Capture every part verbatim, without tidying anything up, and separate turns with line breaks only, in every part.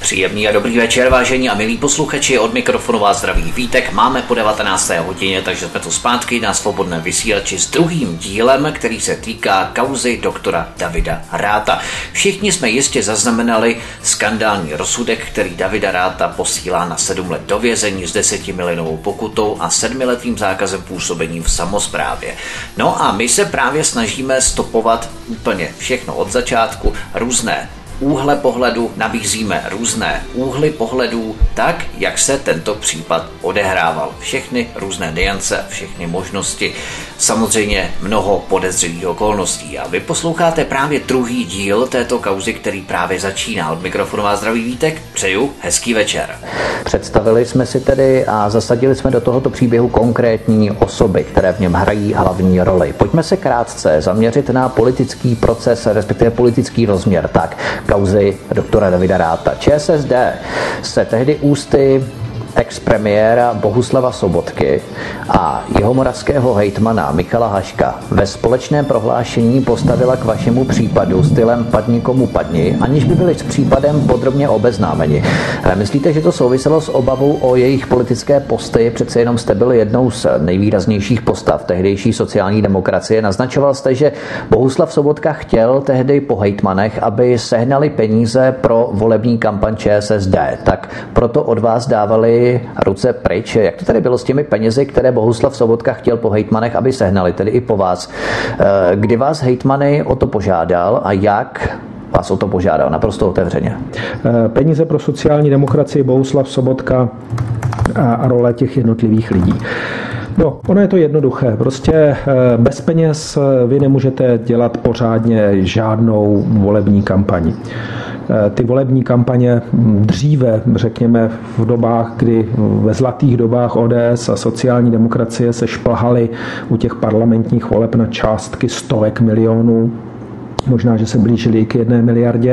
Příjemný a dobrý večer, vážení a milí posluchači, od mikrofonu vás zdraví Vítek. Máme po devatenácté hodině, takže jsme tu zpátky na Svobodném vysílači s druhým dílem, který se týká kauzy doktora Davida Ratha. Všichni jsme jistě zaznamenali skandální rozsudek, který Davida Ratha posílá na sedm let do vězení s desetimilionovou pokutou a sedmiletým zákazem působení v samosprávě. No a my se právě snažíme stopovat úplně všechno od začátku, různé úhle pohledu, nabízíme různé úhly pohledů, tak, jak se tento případ odehrával. Všechny různé nuance, všechny možnosti, samozřejmě mnoho podezřelých okolností. A vy posloucháte právě druhý díl této kauzy, který právě začíná. Od mikrofonu vás zdraví Vítek, přeju hezký večer.
Představili jsme si tedy a zasadili jsme do tohoto příběhu konkrétní osoby, které v něm hrají hlavní roli. Pojďme se krátce zaměřit na politický proces, respektive politický rozměr. Tak, kauzy doktora Davida Ratha. ČSSD se tehdy ústy ex-premiéra Bohuslava Sobotky a jihomoravského hejtmana Michala Haška ve společném prohlášení postavila k vašemu případu stylem padni komu padni, aniž by byli s případem podrobně obeznámeni. Myslíte, že to souviselo s obavou o jejich politické posty? Přece jenom jste byli jednou z nejvýraznějších postav tehdejší sociální demokracie. Naznačoval jste, že Bohuslav Sobotka chtěl tehdy po hejtmanech, aby sehnali peníze pro volební kampaň ČSSD. Tak proto od vás dávali ruce pryč. Jak to tady bylo s těmi penězi, které Bohuslav Sobotka chtěl po hejtmanech, aby sehnali, tedy i po vás? Kdy vás hejtmany o to požádal a jak vás o to požádal? Naprosto otevřeně.
Peníze pro sociální demokracii, Bohuslav Sobotka a role těch jednotlivých lidí. No, ono je to jednoduché. Prostě bez peněz vy nemůžete dělat pořádně žádnou volební kampaň. Ty volební kampaně dříve, řekněme v dobách, kdy ve zlatých dobách O D S a sociální demokracie se šplhaly u těch parlamentních voleb na částky stovek milionů, možná, že se blížili k jedné miliardě.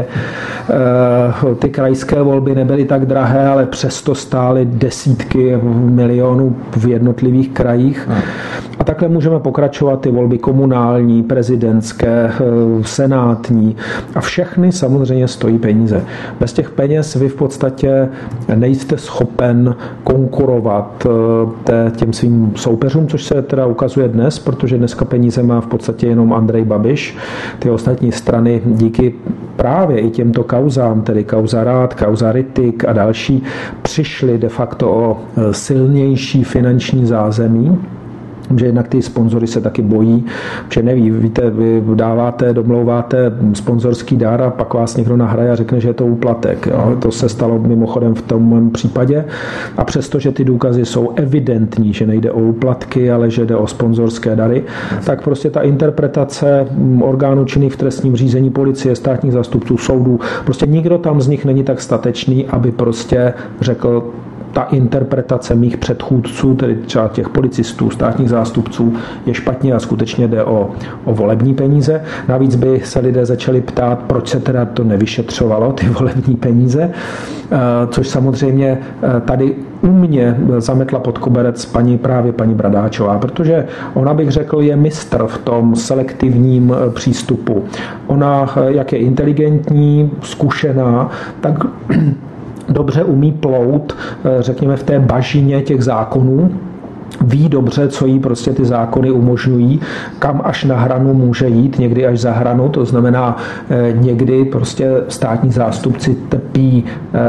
Ty krajské volby nebyly tak drahé, ale přesto stály desítky milionů v jednotlivých krajích. A takhle můžeme pokračovat ty volby komunální, prezidentské, senátní a všechny samozřejmě stojí peníze. Bez těch peněz vy v podstatě nejste schopen konkurovat těm svým soupeřům, což se teda ukazuje dnes, protože dneska peníze má v podstatě jenom Andrej Babiš. Ty ostatní strany díky právě i těmto kauzám, tedy kauza Rath, kauza Rittig a další, přišly de facto o silnější finanční zázemí, že jednak ty sponzory se taky bojí, že neví, víte, vy dáváte, domlouváte sponzorský dar a pak vás někdo nahraje a řekne, že je to úplatek. Jo? To se stalo mimochodem v tom případě a přesto, že ty důkazy jsou evidentní, že nejde o úplatky, ale že jde o sponzorské dary, tak prostě ta interpretace orgánů činných v trestním řízení, policie, státních zástupců, soudů, prostě nikdo tam z nich není tak statečný, aby prostě řekl, ta interpretace mých předchůdců, tedy třeba těch policistů, státních zástupců, je špatně a skutečně jde o, o volební peníze. Navíc by se lidé začali ptát, proč se teda to nevyšetřovalo, ty volební peníze, což samozřejmě tady u mě zametla pod koberec paní, právě paní Bradáčová, protože ona, bych řekl, je mistr v tom selektivním přístupu. Ona, jak je inteligentní, zkušená, tak dobře umí plout, řekněme, v té bažině těch zákonů, ví dobře, co jí prostě ty zákony umožňují, kam až na hranu může jít, někdy až za hranu, to znamená někdy prostě státní zástupci trpí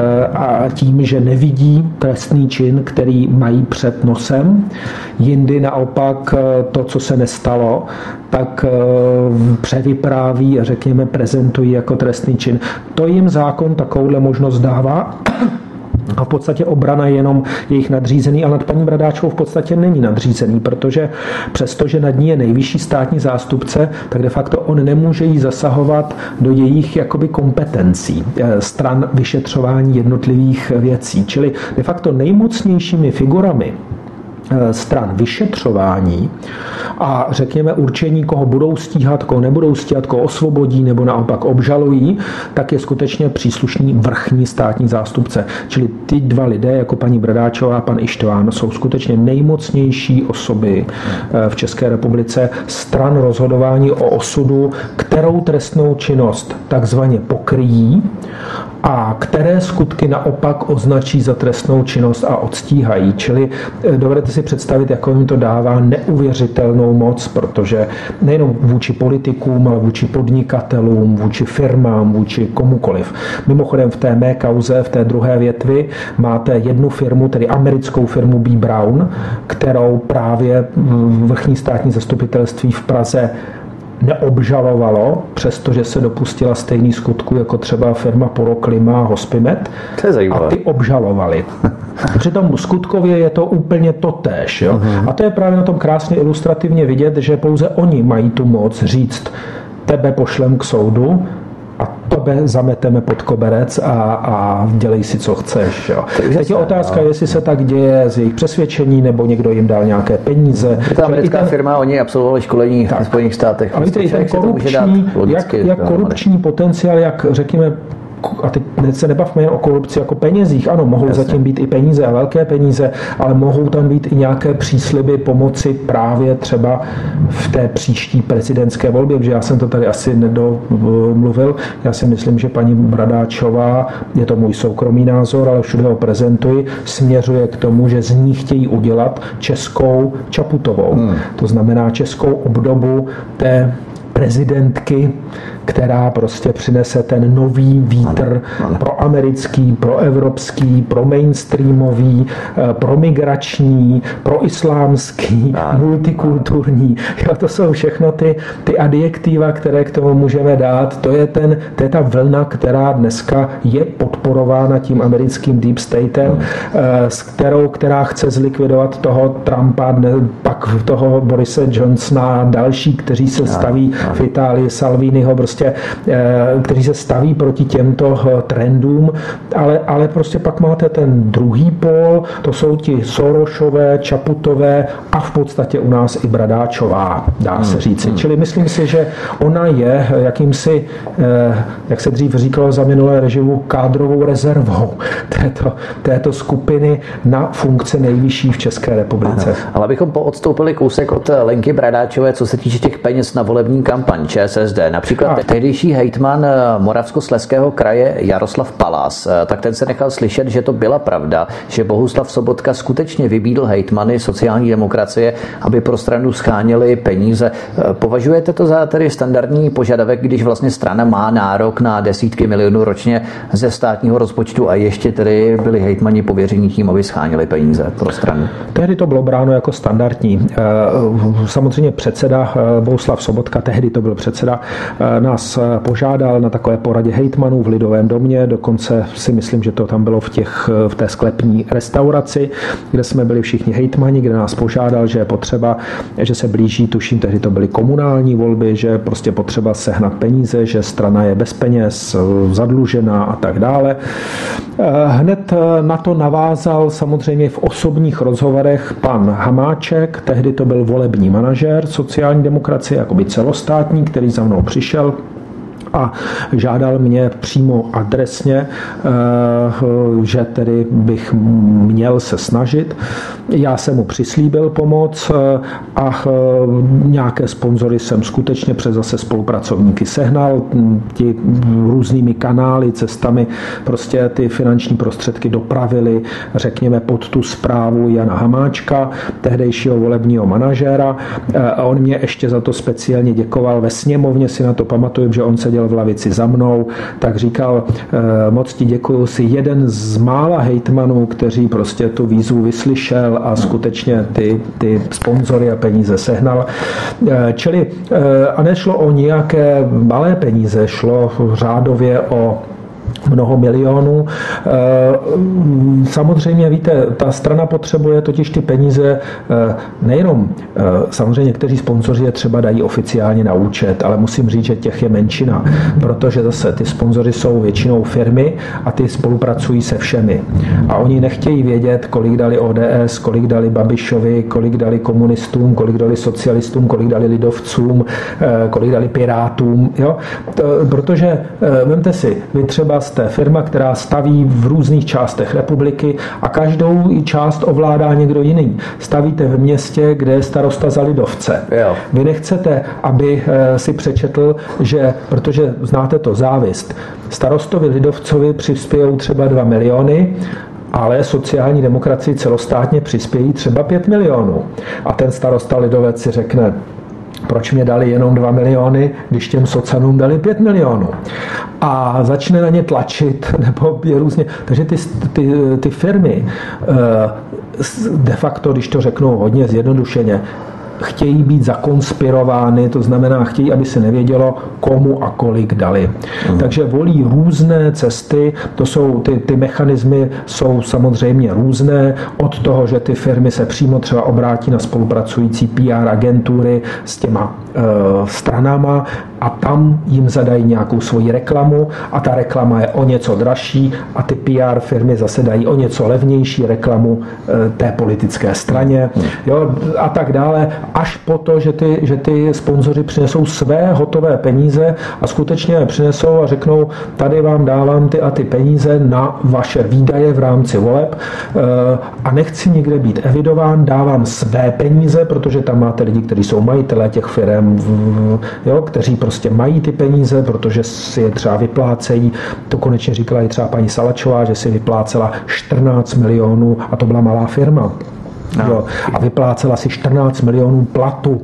a tím, že nevidí trestný čin, který mají před nosem. Jindy naopak to, co se nestalo, tak převypráví a řekněme prezentují jako trestný čin. To jim zákon takovouhle možnost dává. A v podstatě obrana je jenom jejich nadřízený, ale nad paní Bradáčovou v podstatě není nadřízený, protože přestože nad ní je nejvyšší státní zástupce, tak de facto on nemůže jí zasahovat do jejich jakoby kompetencí stran vyšetřování jednotlivých věcí. Čili de facto nejmocnějšími figurami stran vyšetřování a řekněme určení, koho budou stíhat, koho nebudou stíhat, koho osvobodí nebo naopak obžalují, tak je skutečně příslušný vrchní státní zástupce. Čili ty dva lidé, jako paní Bradáčová a pan Ištván, jsou skutečně nejmocnější osoby v České republice stran rozhodování o osudu, kterou trestnou činnost takzvaně pokryjí a které skutky naopak označí za trestnou činnost a odstíhají. Čili dovedete si představit, jako jim to dává neuvěřitelnou moc, protože nejenom vůči politikům, ale vůči podnikatelům, vůči firmám, vůči komukoliv. Mimochodem v té mé kauze, v té druhé větvi, máte jednu firmu, tedy americkou firmu B. Brown, kterou právě vrchní státní zastupitelství v Praze neobžalovalo, přestože se dopustila stejný skutku jako třeba firma Poroklima a Hospimed. A ty obžalovali. Přitom skutkově je to úplně totéž. Jo? Uh-huh. A to je právě na tom krásně ilustrativně vidět, že pouze oni mají tu moc říct, tebe pošlem k soudu a tebe zameteme pod koberec a, a dělej si, co chceš. Jo. Teď je otázka, no. jestli se tak děje z jejich přesvědčení, nebo někdo jim dal nějaké peníze.
Ta americká ten... firma, oni absolvovali školení tak. v Spojených státech.
Ale víte, i ten korupční, jak, jak korupční potenciál, jak řekněme, a teď se nebavme jen o korupci jako penězích. Ano, mohou Jasně. zatím být i peníze a velké peníze, ale mohou tam být i nějaké přísliby pomoci právě třeba v té příští prezidentské volbě, protože já jsem to tady asi nedomluvil. Já si myslím, že paní Bradáčová, je to můj soukromý názor, ale všude ho prezentuji, směřuje k tomu, že z ní chtějí udělat českou Čaputovou. Hmm. To znamená českou obdobu té prezidentky, která prostě přinese ten nový vítr ano, ano. pro americký, pro evropský, pro mainstreamový, pro migrační, pro islámský, ano, multikulturní. Jo, to jsou všechno ty, ty adjektiva, které k tomu můžeme dát. To je, ten, to je ta vlna, která dneska je podporována tím americkým deep statem, ano. s kterou, která chce zlikvidovat toho Trumpa, pak toho Borise Johnsona a další, kteří se staví ano, ano. v Itálii, Salviniho, prostě kteří se staví proti těmto trendům, ale, ale prostě pak máte ten druhý pól, to jsou ti Sorosové, Čaputové a v podstatě u nás i Bradáčová, dá se říci. Hmm. Čili myslím si, že ona je jakýmsi, jak se dřív říkalo za minulé režimu, kádrovou rezervou této, této skupiny na funkce nejvyšší v České republice.
Ano. Ale abychom poodstoupili kousek od Lenky Bradáčové, co se týče těch peněz na volební kampaň ČSSD, například tehdejší hejtman Moravskoslezského kraje Jaroslav Palás, tak ten se nechal slyšet, že to byla pravda, že Bohuslav Sobotka skutečně vybídl hejtmany sociální demokracie, aby pro stranu scháněli peníze. Považujete to za tedy standardní požadavek, když vlastně strana má nárok na desítky milionů ročně ze státního rozpočtu a ještě tedy byli hejtmani pověření tím, aby scháněli peníze pro stranu?
Tehdy to bylo bráno jako standardní. Samozřejmě předseda Bohuslav Sobotka, tehdy to byl předseda, nás požádal na takové poradě hejtmanů v Lidovém domě, dokonce si myslím, že to tam bylo v, těch, v té sklepní restauraci, kde jsme byli všichni hejtmani, kde nás požádal, že je potřeba, že se blíží, tuším, tehdy to byly komunální volby, že je prostě potřeba sehnat peníze, že strana je bez peněz, zadlužená a tak dále. Hned na to navázal samozřejmě v osobních rozhovorech pan Hamáček, tehdy to byl volební manažér sociální demokracie, jakoby celostátní, který za mnou přišel a žádal mě přímo adresně, že tedy bych měl se snažit. Já jsem mu přislíbil pomoc a nějaké sponzory jsem skutečně přes zase spolupracovníky sehnal. Ti různými kanály, cestami prostě ty finanční prostředky dopravili, řekněme, pod tu správu Jana Hamáčka, tehdejšího volebního manažéra. A on mě ještě za to speciálně děkoval. Ve sněmovně si na to pamatuju, že on seděl v lavici za mnou, tak říkal, moc ti děkuju, si jeden z mála hejtmanů, kteří prostě tu výzvu vyslyšel a skutečně ty, ty sponzory a peníze sehnal. Čili a nešlo o nějaké malé peníze, šlo řádově o mnoho milionů. Samozřejmě, víte, ta strana potřebuje totiž ty peníze nejenom, samozřejmě někteří sponzoři je třeba dají oficiálně na účet, ale musím říct, že těch je menšina, protože zase ty sponzoři jsou většinou firmy a ty spolupracují se všemi. A oni nechtějí vědět, kolik dali O D S, kolik dali Babišovi, kolik dali komunistům, kolik dali socialistům, kolik dali lidovcům, kolik dali pirátům, jo? Protože, vemte si, vy třeba Trust je firma, která staví v různých částech republiky a každou část ovládá někdo jiný. Stavíte v městě, kde je starosta za lidovce. Jo. Vy nechcete, aby si přečetl, že, protože znáte to, závist, starostovi lidovcovi přispějou třeba dva miliony, ale sociální demokracii celostátně přispějí třeba pět milionů. A ten starosta lidovec si řekne, proč mě dali jenom dva miliony, když těm socanům dali pět milionů. A začne na ně tlačit, nebo je různě. Takže ty, ty, ty firmy de facto, když to řeknu hodně zjednodušeně, chtějí být zakonspirovány, to znamená, chtějí, aby se nevědělo, komu a kolik dali. Mm. Takže volí různé cesty, to jsou, ty, ty mechanismy jsou samozřejmě různé, od toho, že ty firmy se přímo třeba obrátí na spolupracující P R agentury s těma e, stranama a tam jim zadají nějakou svoji reklamu a ta reklama je o něco dražší a ty P R firmy zase dají o něco levnější reklamu e, té politické straně, mm. jo, a tak dále. Až po to, že ty, že ty sponzoři přinesou své hotové peníze a skutečně je přinesou a řeknou, tady vám dávám ty a ty peníze na vaše výdaje v rámci voleb a nechci nikde být evidován, dávám své peníze, protože tam máte lidi, kteří jsou majitelé těch firem, jo, kteří prostě mají ty peníze, protože si je třeba vyplácejí. To konečně říkala i třeba paní Salačová, že si vyplácela čtrnáct milionů a to byla malá firma. No. Jo, a vyplácela si čtrnáct milionů platu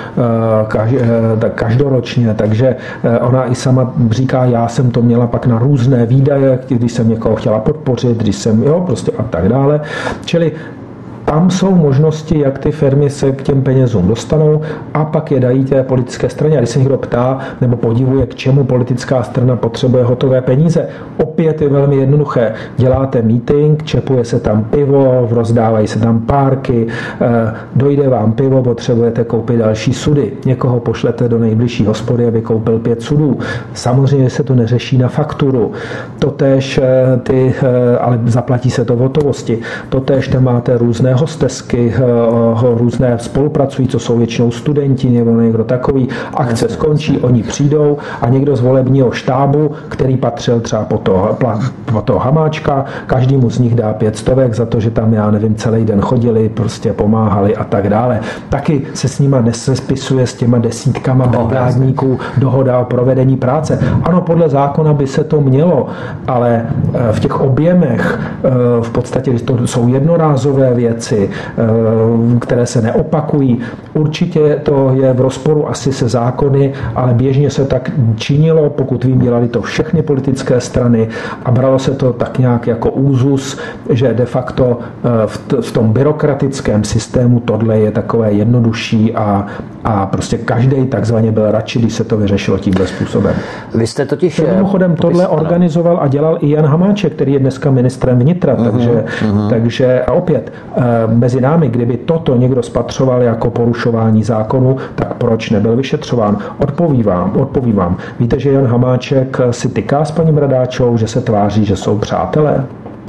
každoročně, takže ona i sama říká, já jsem to měla pak na různé výdaje, když jsem někoho chtěla podpořit, když jsem, jo, prostě a tak dále. Čili tam jsou možnosti, jak ty firmy se k těm penězům dostanou a pak je dají té politické straně. A když se někdo ptá nebo podivuje, k čemu politická strana potřebuje hotové peníze, opět je velmi jednoduché. Děláte meeting, čepuje se tam pivo, rozdávají se tam párky, dojde vám pivo, potřebujete koupit další sudy. Někoho pošlete do nejbližší hospody, aby koupil pět sudů. Samozřejmě se to neřeší na fakturu. Totéž ty, ale zaplatí se to v hotovosti. Totéž tam máte různé hostesky, různé spolupracují, co jsou většinou studenti nebo někdo takový. Akce skončí, oni přijdou a někdo z volebního štábu, který patřil třeba po toho, po toho Hamáčka, každému z nich dá pět stovek za to, že tam, já nevím, celý den chodili, prostě pomáhali a tak dále. Taky se s nima nespisuje s těma desítkama brigádníků dohoda o provedení práce. Ano, podle zákona by se to mělo, ale v těch objemech v podstatě to jsou jednorázové věci, které se neopakují. Určitě to je v rozporu asi se zákony, ale běžně se tak činilo, pokud vím, dělali to všechny politické strany a bralo se to tak nějak jako úzus, že de facto v tom byrokratickém systému tohle je takové jednodušší a, a prostě každý takzvaně byl radši, když se to vyřešilo tímhle způsobem.
Vy jste totiž...
Mimochodem tohle organizoval a dělal i Jan Hamáček, který je dneska ministrem vnitra, uh-huh, takže, uh-huh. takže a opět mezi námi, kdyby toto někdo spatřoval jako porušování zákonu, tak proč nebyl vyšetřován? Odpovívám, odpovívám. Víte, že Jan Hamáček si tyká s paní Bradáčovou, že se tváří, že jsou přátelé?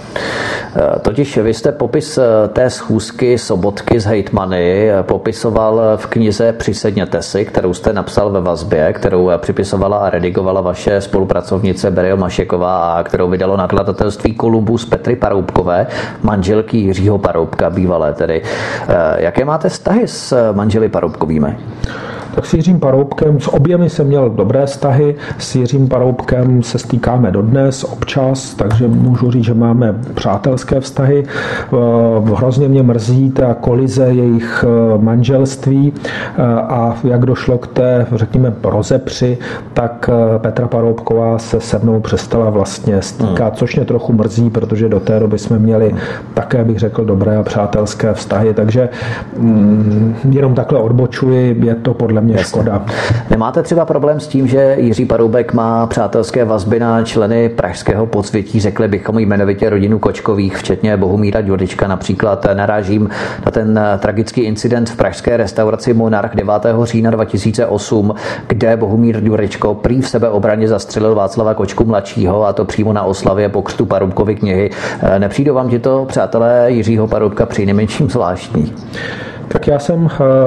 Totiž vy jste popis té schůzky Sobotky s hejtmany popisoval v knize Přisedněte si, kterou jste napsal ve vazbě, kterou připisovala a redigovala vaše spolupracovnice Beryl Mašeková a kterou vydalo nakladatelství Kolumbus Petry Paroubkové, manželky Jiřího Paroubka, bývalé tedy. Jaké máte vztahy s manželi Paroubkovými?
Tak s Jiřím Paroubkem, s oběmi jsem měl dobré vztahy, s Jiřím Paroubkem se stýkáme dodnes, občas, takže můžu říct, že máme přátelské vztahy. Hrozně mě mrzí ta kolize jejich manželství a jak došlo k té, řekněme, rozepři, tak Petra Paroubková se se mnou přestala vlastně stýkat, hmm. což mě trochu mrzí, protože do té doby jsme měli také, bych řekl, dobré a přátelské vztahy, takže mm, jenom takhle odbočuji, je to podle mě škoda.
Nemáte třeba problém s tím, že Jiří Paroubek má přátelské vazby na členy pražského podsvětí, řekli bychom jmenovitě rodinu Kočkových, včetně Bohumíra Ďurečka například. Narážím na ten tragický incident v pražské restauraci Monarch devátého října dva tisíce osm, kde Bohumír Ďurečko prý v sebeobraně zastřelil Václava Kočku mladšího, a to přímo na oslavě po křtu Paroubkovy knihy. Nepřijdou vám tito přátelé Jiřího Paroubka přinejmenším zvláštní?
Tak já jsem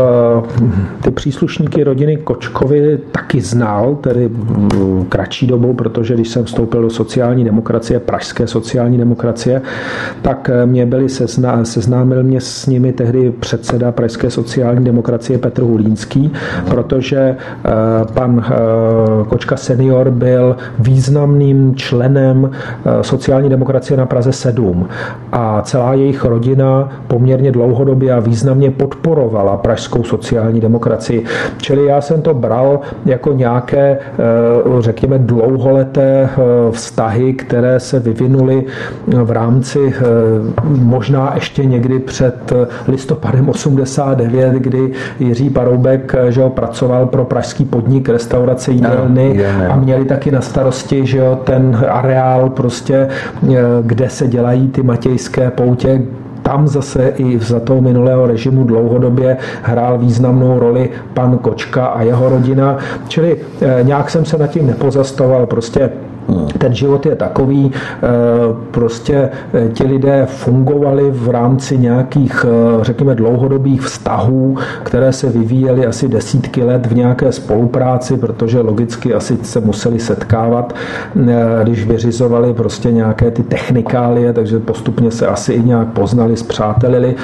ty příslušníky rodiny Kočkovy taky znal, tedy kratší dobu, protože když jsem vstoupil do sociální demokracie, pražské sociální demokracie, tak mě byli sezná, seznámil mě s nimi tehdy předseda pražské sociální demokracie Petr Hulínský, protože pan Kočka senior byl významným členem sociální demokracie na Praze sedm a celá jejich rodina poměrně dlouhodobě a významně podporovala pražskou sociální demokracii. Čili já jsem to bral jako nějaké, řekněme, dlouholeté vztahy, které se vyvinuly v rámci možná ještě někdy před listopadem osmdesát devět, kdy Jiří Paroubek, že ho, pracoval pro pražský podnik restaurace jídelny no, a měli taky na starosti, že jo, ten areál prostě, kde se dělají ty matějské poutě. Tam zase i za toho minulého režimu dlouhodobě hrál významnou roli pan Kočka a jeho rodina. Čili nějak jsem se nad tím nepozastavoval, prostě ten život je takový, prostě ti lidé fungovali v rámci nějakých, řekněme, dlouhodobých vztahů, které se vyvíjely asi desítky let v nějaké spolupráci, protože logicky asi se museli setkávat, když vyřizovali prostě nějaké ty technikálie, takže postupně se asi i nějak poznali, spřátelili.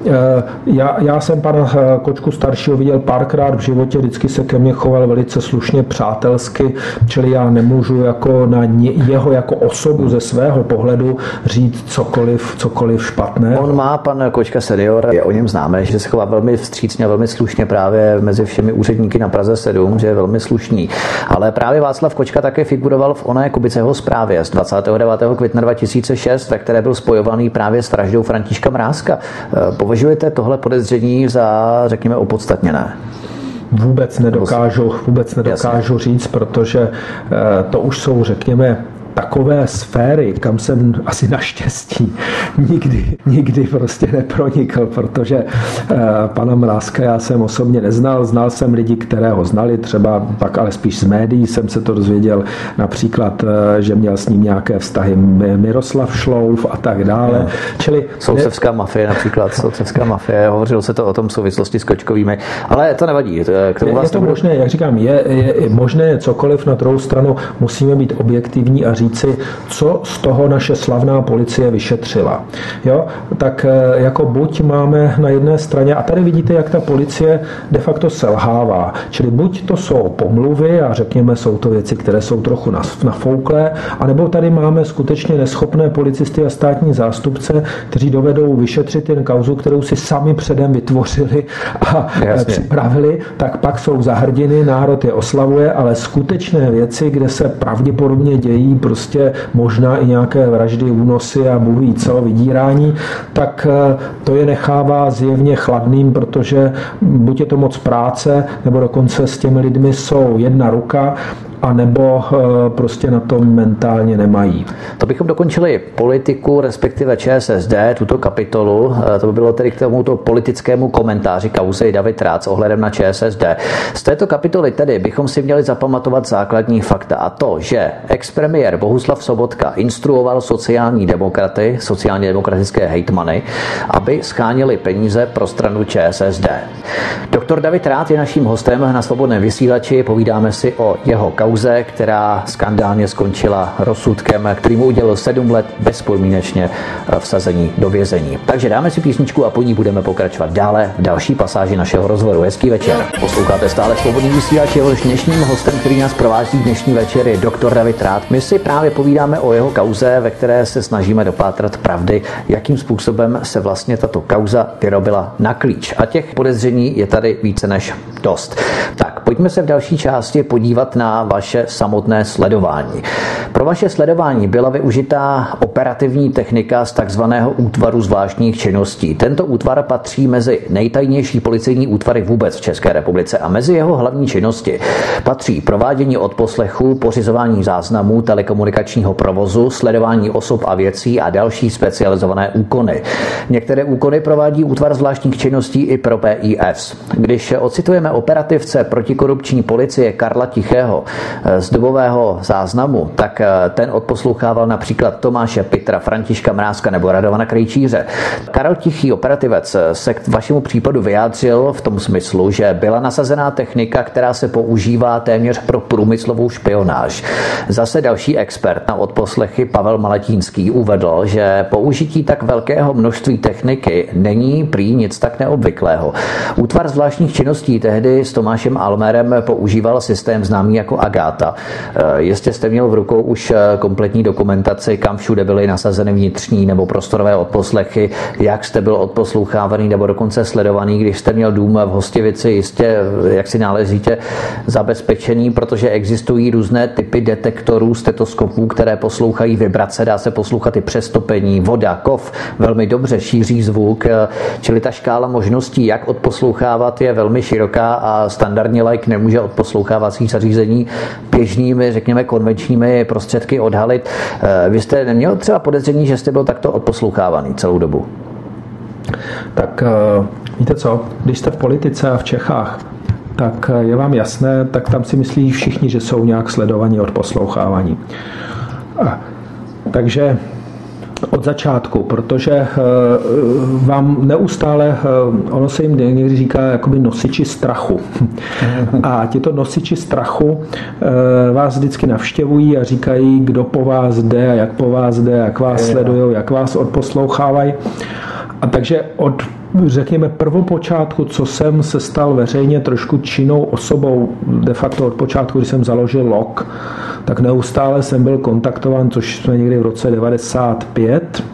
Já, já jsem pana Kočku staršího viděl párkrát v životě, vždycky se ke mně choval velice slušně, přátelsky, čili já nemůžu jako na jeho jako osobu ze svého pohledu říct cokoliv, cokoliv špatné.
On má, pan Kočka senior, je o něm známé, že se chová velmi vstřícně, velmi slušně právě mezi všemi úředníky na Praze sedm, že je velmi slušný. Ale právě Václav Kočka také figuroval v oné Kubiceho zprávě z dvacátého devátého května dva tisíce šest, ve které byl spojovaný právě s vraždou Františka Mrázka. Považujete tohle podezření za, řekněme, opodstatněné?
Vůbec nedokážu, vůbec nedokážu říct, protože to už jsou, řekněme, takové sféry, kam jsem asi naštěstí nikdy, nikdy prostě nepronikl, protože eh, pana Mrázka já jsem osobně neznal, znal jsem lidi, které ho znali, třeba pak ale spíš z médií jsem se to dozvěděl, například, eh, že měl s ním nějaké vztahy Miroslav Šlouf a tak dále.
No.
Čili
Soucevská ne... mafie například, Soucevská mafie, hovořilo se to o tom v souvislosti s Kočkovými, ale to nevadí. K tomu
je,
vás
je to
nebudu...
možné, jak říkám, je, je, je možné cokoliv, na druhou stranu musíme být objektivní a říci, co z toho naše slavná policie vyšetřila. Jo? Tak jako buď máme na jedné straně, a tady vidíte, jak ta policie de facto selhává, čili buď to jsou pomluvy a řekněme, jsou to věci, které jsou trochu nafouklé, anebo tady máme skutečně neschopné policisty a státní zástupce, kteří dovedou vyšetřit jen kauzu, kterou si sami předem vytvořili a Jasně. připravili, tak pak jsou za hrdiny, národ je oslavuje, ale skutečné věci, kde se pravděpodobně dějí prostě možná i nějaké vraždy, únosy a bůh ví co, vydírání, tak to je nechává zjevně chladným, protože buď je to moc práce, nebo dokonce s těmi lidmi jsou jedna ruka, a nebo prostě na tom mentálně nemají.
To bychom dokončili politiku, respektive ČSSD, tuto kapitolu. To by bylo tedy k tomuto politickému komentáři kauzy David Rath s ohledem na ČSSD. Z této kapitoly tedy bychom si měli zapamatovat základní fakta a to, že ex-premiér Bohuslav Sobotka instruoval sociální demokraty, sociálně demokratické hejtmany, aby schánili peníze pro stranu ČSSD. Doktor David Rath je naším hostem na Svobodném vysílači. Povídáme si o jeho kauze, která skandálně skončila rozsudkem, který mu udělil sedm let bezpodmínečně vsazení do vězení. Takže dáme si písničku a po ní budeme pokračovat dále v další pasáži našeho rozhovoru. Hezký večer. Posloucháte stále Svobodný vysílač, jehož dnešním hostem, který nás provází dnešní večer, je doktor David Rath. My si právě povídáme o jeho kauze, ve které se snažíme dopátrat pravdy, jakým způsobem se vlastně tato kauza vyrobila na klíč. A těch podezření je tady více než dost. Tak, pojďme se v další části podívat na vaše samotné sledování. Pro vaše sledování byla využitá operativní technika z takzvaného útvaru zvláštních činností. Tento útvar patří mezi nejtajnější policejní útvary vůbec v České republice a mezi jeho hlavní činnosti patří provádění odposlechů, pořizování záznamů telekomunikačního provozu, sledování osob a věcí a další specializované úkony. Některé úkony provádí útvar zvláštních činností i pro P I S. Když ocitujeme operativce protikorupční policie Karla Tichého, z dobového záznamu, tak ten odposlouchával například Tomáše Pitra, Františka Mrázka nebo Radovana Krejčíře. Karel Tichý, operativec, se k vašemu případu vyjádřil v tom smyslu, že byla nasazená technika, která se používá téměř pro průmyslovou špionáž. Zase další expert na odposlechy Pavel Malatínský uvedl, že použití tak velkého množství techniky není prý nic tak neobvyklého. Útvar zvláštních činností tehdy s Tomášem Almerem používal systém známý jako Agáta. Jistě jste měl v rukou už kompletní dokumentaci, kam všude byly nasazeny vnitřní nebo prostorové odposlechy, jak jste byl odposlouchávaný nebo dokonce sledovaný, když jste měl dům v Hostivici, jistě jak si náležitě zabezpečený, protože existují různé typy detektorů, stetoskopů, které poslouchají vibrace, dá se poslouchat i přestopení, voda, kov, velmi dobře šíří zvuk, čili ta škála možností, jak odposlouchávat, je velmi široká a standardní laik nemůže odposlouchávací zařízení běžnými, řekněme, konvenčními prostředky odhalit. Vy jste neměl třeba podezření, že jste byl takto odposlouchávaný celou dobu?
Tak víte co, když jste v politice a v Čechách, tak je vám jasné, tak tam si myslí všichni, že jsou nějak sledovaní, odposlouchávaní. Takže od začátku, protože vám neustále, ono se jim někdy říká jakoby nosiči strachu. A tito nosiči strachu vás vždycky navštěvují a říkají, kdo po vás jde a jak po vás jde, jak vás sledují, jak vás odposlouchávají. A takže od, řekněme, prvopočátku, co jsem se stal veřejně trošku činnou osobou, de facto od počátku, když jsem založil log, tak neustále jsem byl kontaktován, což jsme někdy v roce devadesát pět,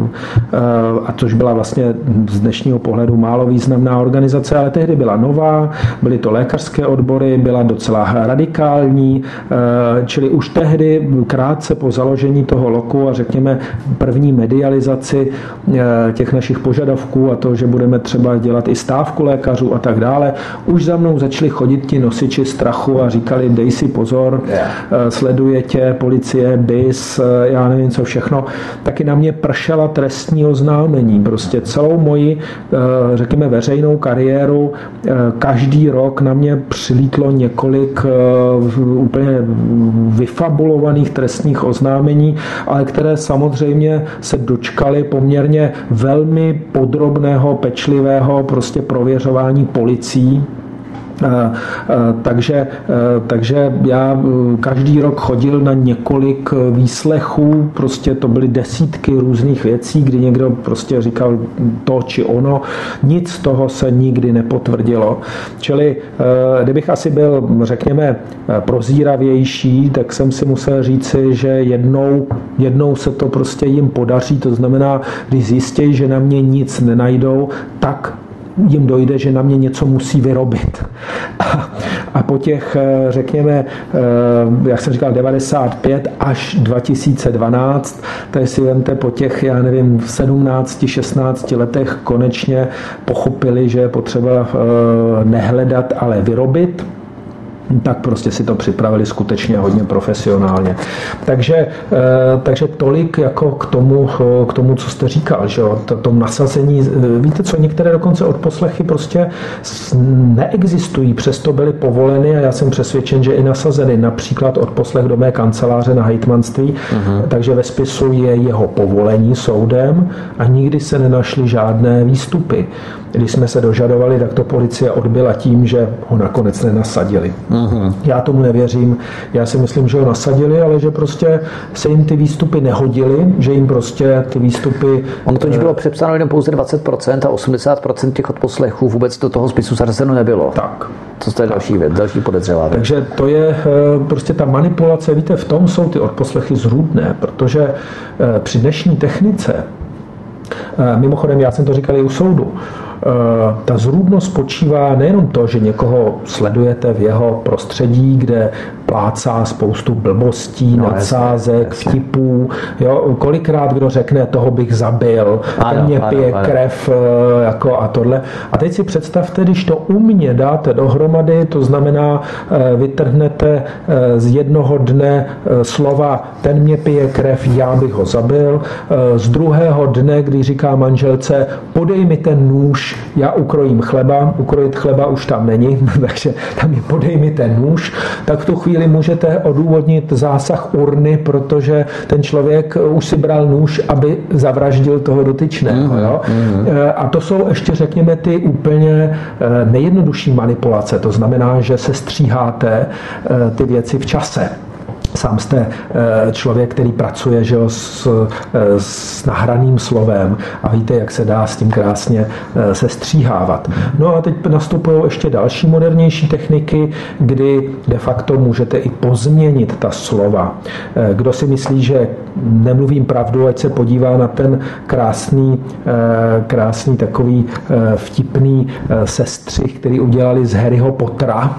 a což byla vlastně z dnešního pohledu málo významná organizace, ale tehdy byla nová, byly to lékařské odbory, byla docela radikální, čili už tehdy krátce po založení toho loku a řekněme první medializaci těch našich požadavků a to, že budeme třeba dělat i stávku lékařů a tak dále, už za mnou začali chodit ti nosiči strachu a říkali, dej si pozor, sleduje tě policie, B I S, já nevím co všechno, taky na mě pršela trestní oznámení. Prostě celou moji, řekněme, veřejnou kariéru každý rok na mě přilítlo několik úplně vyfabulovaných trestních oznámení, ale které samozřejmě se dočkaly poměrně velmi podrobného, pečlivého prostě prověřování policií. Takže, takže já každý rok chodil na několik výslechů, prostě to byly desítky různých věcí, kdy někdo prostě říkal to či ono, nic z toho se nikdy nepotvrdilo. Čili kdybych asi byl, řekněme, prozíravější, tak jsem si musel říci, že jednou, jednou se to prostě jim podaří, to znamená, když zjistí, že na mě nic nenajdou, tak jim dojde, že na mě něco musí vyrobit. A, a po těch, řekněme, jak jsem říkal, devadesát pět až dva tisíce dvanáct, tak si vemte po těch, já nevím, v sedmnácti, šestnácti letech konečně pochopili, že je potřeba nehledat, ale vyrobit, tak prostě si to připravili skutečně hodně profesionálně. Takže, takže tolik jako k tomu, k tomu, co jste říkal, že o tom nasazení. Víte co, některé dokonce odposlechy prostě neexistují, přesto byly povoleny a já jsem přesvědčen, že i nasazeny. Například odposlech do mé kanceláře na hejtmanství, uh-huh. takže ve spisu je jeho povolení soudem a nikdy se nenašly žádné výstupy. Když jsme se dožadovali, tak to policie odbyla tím, že ho nakonec nenasadili. Uh-huh. Já tomu nevěřím. Já si myslím, že ho nasadili, ale že prostě se jim ty výstupy nehodily, že jim prostě ty výstupy...
Ono to bylo přepsáno jenom pouze dvacet procent a osmdesát procent těch odposlechů vůbec do toho spisu zařazeno nebylo.
Tak.
To je další věc, další podezřelá věc.
Takže to je prostě ta manipulace, víte, v tom jsou ty odposlechy zrůdné, protože při dnešní technice, mimochodem já jsem to říkal i u soudu, ta zrůdnost spočívá nejenom to, že někoho sledujete v jeho prostředí, kde plácá spoustu blbostí, no, nadsázek, jasně, vtipů. Jo, kolikrát kdo řekne, toho bych zabil, ano, ten mě pije ano, krev ano. Jako a tohle. A teď si představte, když to u mě dáte dohromady, to znamená, vytrhnete z jednoho dne slova, ten mě pije krev, já bych ho zabil. Z druhého dne, kdy říká manželce, podej mi ten nůž, já ukrojím chleba, ukrojit chleba už tam není, takže tam je podej mi ten nůž, tak v tu chvíli chvíli můžete odůvodnit zásah urny, protože ten člověk už si bral nůž, aby zavraždil toho dotyčného. Jo? A to jsou ještě, řekněme, ty úplně nejjednodušší manipulace. To znamená, že se stříháte ty věci v čase. Sám jste člověk, který pracuje, že jo, s, s nahraným slovem a víte, jak se dá s tím krásně se stříhávat. No a teď nastupují ještě další modernější techniky, kdy de facto můžete i pozměnit ta slova. Kdo si myslí, že nemluvím pravdu, ať se podívá na ten krásný, krásný takový vtipný sestřih, který udělali z Harryho Pottera.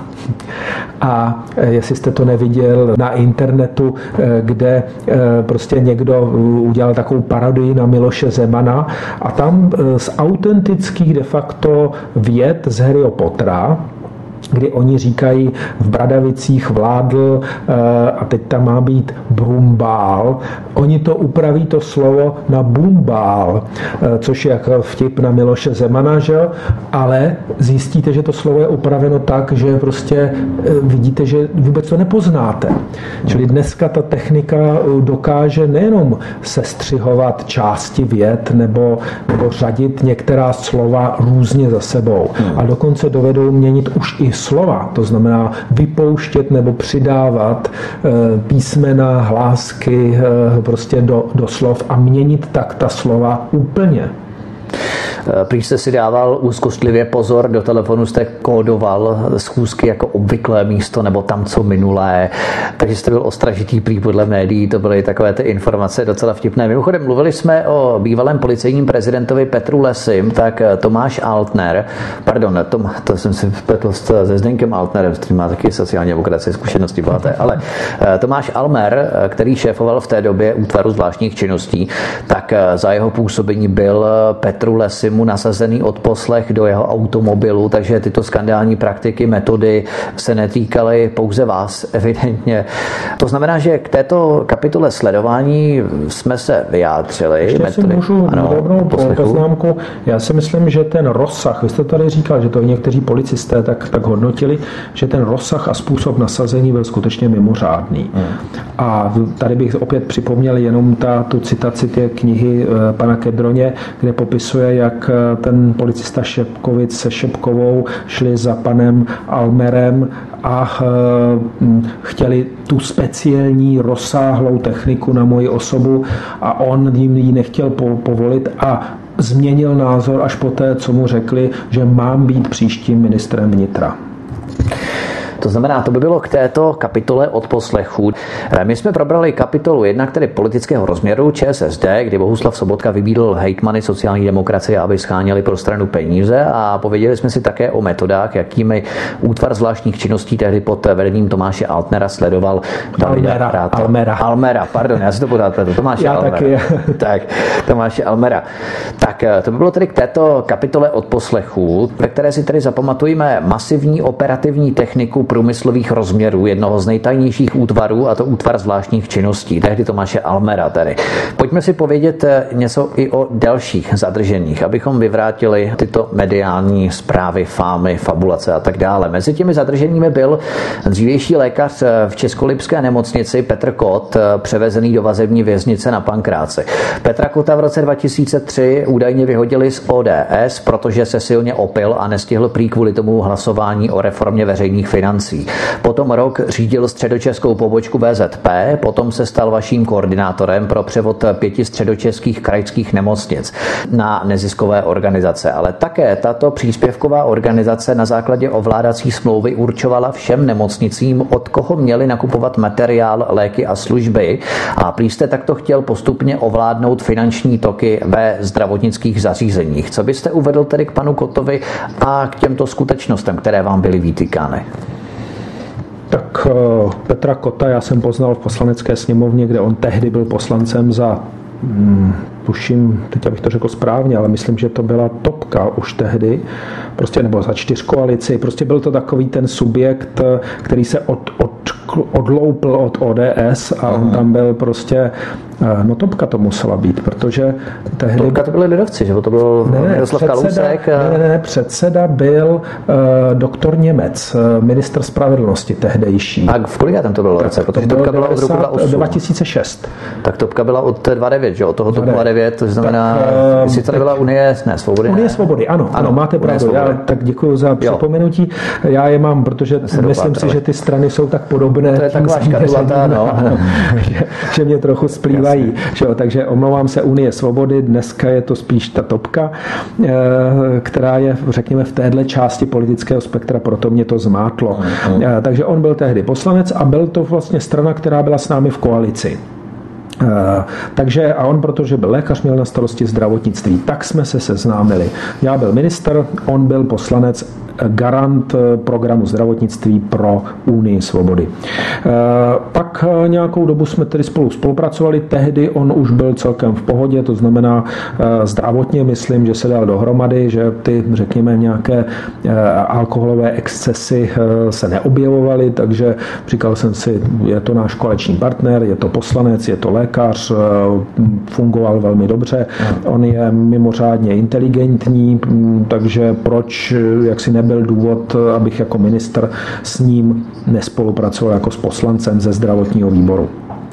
A jestli jste to neviděl na internetu, kde prostě někdo udělal takovou parodii na Miloše Zemana a tam z autentických de facto vět z Harryho Pottera, kdy oni říkají, v Bradavicích vládl a teď tam má být Brumbál. Oni to upraví to slovo na Bumbál, což je jako vtip na Miloše Zemana, že? Ale zjistíte, že to slovo je upraveno tak, že prostě vidíte, že vůbec to nepoznáte. Čili dneska ta technika dokáže nejenom sestřihovat části vět nebo, nebo řadit některá slova různě za sebou, a dokonce dovedou měnit už i slova, to znamená vypouštět nebo přidávat písmena, hlásky prostě do, do slov a měnit tak ta slova úplně.
Prý jste si dával úzkostlivě pozor, do telefonu jste kódoval schůzky jako obvyklé místo nebo tam co minulé, takže jste byl ostražitý prý podle médií, to byly takové ty informace docela vtipné. Mimochodem, mluvili jsme o bývalém policejním prezidentovi Petru Lesim, tak Tomáš Altner, pardon, Tom, to jsem si spletl se Zdeňkem Altnerem, s kterým má taky sociální demokracie zkušenosti bohaté, ale Tomáš Almer, který šéfoval v té době útvaru zvláštních činností, tak za jeho působení byl Petru Lesim mu nasazený odposlech do jeho automobilu, takže tyto skandální praktiky, metody se netýkaly pouze vás, evidentně. To znamená, že k této kapitole sledování jsme se vyjádřili.
Ještě metody, si můžu drobnou poznámku. Já si myslím, že ten rozsah, vy jste tady říkal, že to někteří policisté tak, tak hodnotili, že ten rozsah a způsob nasazení byl skutečně mimořádný. Hmm. A tady bych opět připomněl jenom ta, tu citaci té knihy pana Kedroně, kde popisuje, jak ten policista Šepkovic se Šepkovou šli za panem Almerem a chtěli tu speciální rozsáhlou techniku na moji osobu a on jim ji nechtěl povolit a změnil názor až poté, co mu řekli, že mám být příštím ministrem vnitra.
To znamená, to by bylo k této kapitole odposlechů. My jsme probrali kapitolu jednak tedy politického rozměru ČSSD, kdy Bohuslav Sobotka vybídl hejtmany sociální demokracie, aby scháněli pro stranu peníze, a pověděli jsme si také o metodách, jakými útvar zvláštních činností tehdy pod vedením Tomáše Altnera sledoval Davida Ratha.
Almera.
Almera, pardon, já si to pořád pletu. Tomáše
já
Almera.
Taky.
Tak, Tomáše Almera. Tak to by bylo tedy k této kapitole odposlechů, ve které si tedy zapamatujeme masivní operativní techniku průmyslových rozměrů jednoho z nejtajnějších útvarů, a to útvar zvláštních činností, tehdy Tomáše Almera tedy. Pojďme si povědět něco i o dalších zadrženích, abychom vyvrátili tyto mediální zprávy, fámy, fabulace a tak dále. Mezi těmi zadrženími byl dřívější lékař v Českolipské nemocnici Petr Kot, převezený do vazební věznice na Pankráci. Petra Kota v roce dva tisíce tři údajně vyhodili z O D S, protože se silně opil a nestihl prý kvůli tomu hlasování o reformě veřejných financí. Potom rok řídil středočeskou pobočku V Z P, potom se stal vaším koordinátorem pro převod pěti středočeských krajských nemocnic na neziskové organizace. Ale také tato příspěvková organizace na základě ovládací smlouvy určovala všem nemocnicím, od koho měli nakupovat materiál, léky a služby, a prý jste takto chtěl postupně ovládnout finanční toky ve zdravotnických zařízeních. Co byste uvedl tedy k panu Kotovi a k těmto skutečnostem, které vám byly vytýkány?
Tak Petra Kota já jsem poznal v poslanecké sněmovně, kde on tehdy byl poslancem za hmm, tuším, teď abych to řekl správně, ale myslím, že to byla Topka už tehdy, prostě nebo za čtyřkoalici, prostě byl to takový ten subjekt, který se od, od, odloupl od O D S a on tam byl prostě, no Topka to musela být, protože tehdy...
Topka to byli lidovci, že to byl
ne, ne,
Miroslav
předseda,
Kalousek. A...
Ne, ne, ne, předseda byl uh, doktor Němec, uh, ministr spravedlnosti tehdejší.
A v kolikátém to bylo roce? Protože
to
Topka byla od roku
dva tisíce šest.
Tak Topka byla od dvacet devět, že? Od toho nula devět, to znamená, tak, uh, jestli to nebyla Unie, ne, Svobody.
Unie Svobody, ano, ano, ano máte pravdu. Já tak děkuji za připomenutí. Já je mám, protože myslím si, že ty strany jsou tak podobné.
To je taková škatulata, no.
že, že mě trochu splývají. Že jo, takže omlouvám se, Unie Svobody, dneska je to spíš ta Topka, která je, řekněme, v téhle části politického spektra, proto mě to zmátlo. Mm, mm. Takže on byl tehdy poslanec a byl to vlastně strana, která byla s námi v koalici. Uh, takže a on, protože byl lékař, měl na starosti zdravotnictví, tak jsme se seznámili. Já byl ministr, on byl poslanec, garant programu zdravotnictví pro Unii Svobody. Uh, pak nějakou dobu jsme tedy spolu spolupracovali, tehdy on už byl celkem v pohodě, to znamená uh, zdravotně, myslím, že se dal dohromady, že ty, řekněme, nějaké uh, alkoholové excesy uh, se neobjevovaly, takže říkal jsem si, je to náš koaliční partner, je to poslanec, je to lékař, fungoval velmi dobře. On je mimořádně inteligentní, takže proč, jak si nebyl důvod, abych jako ministr s ním nespolupracoval jako s poslancem ze zdravotního výboru.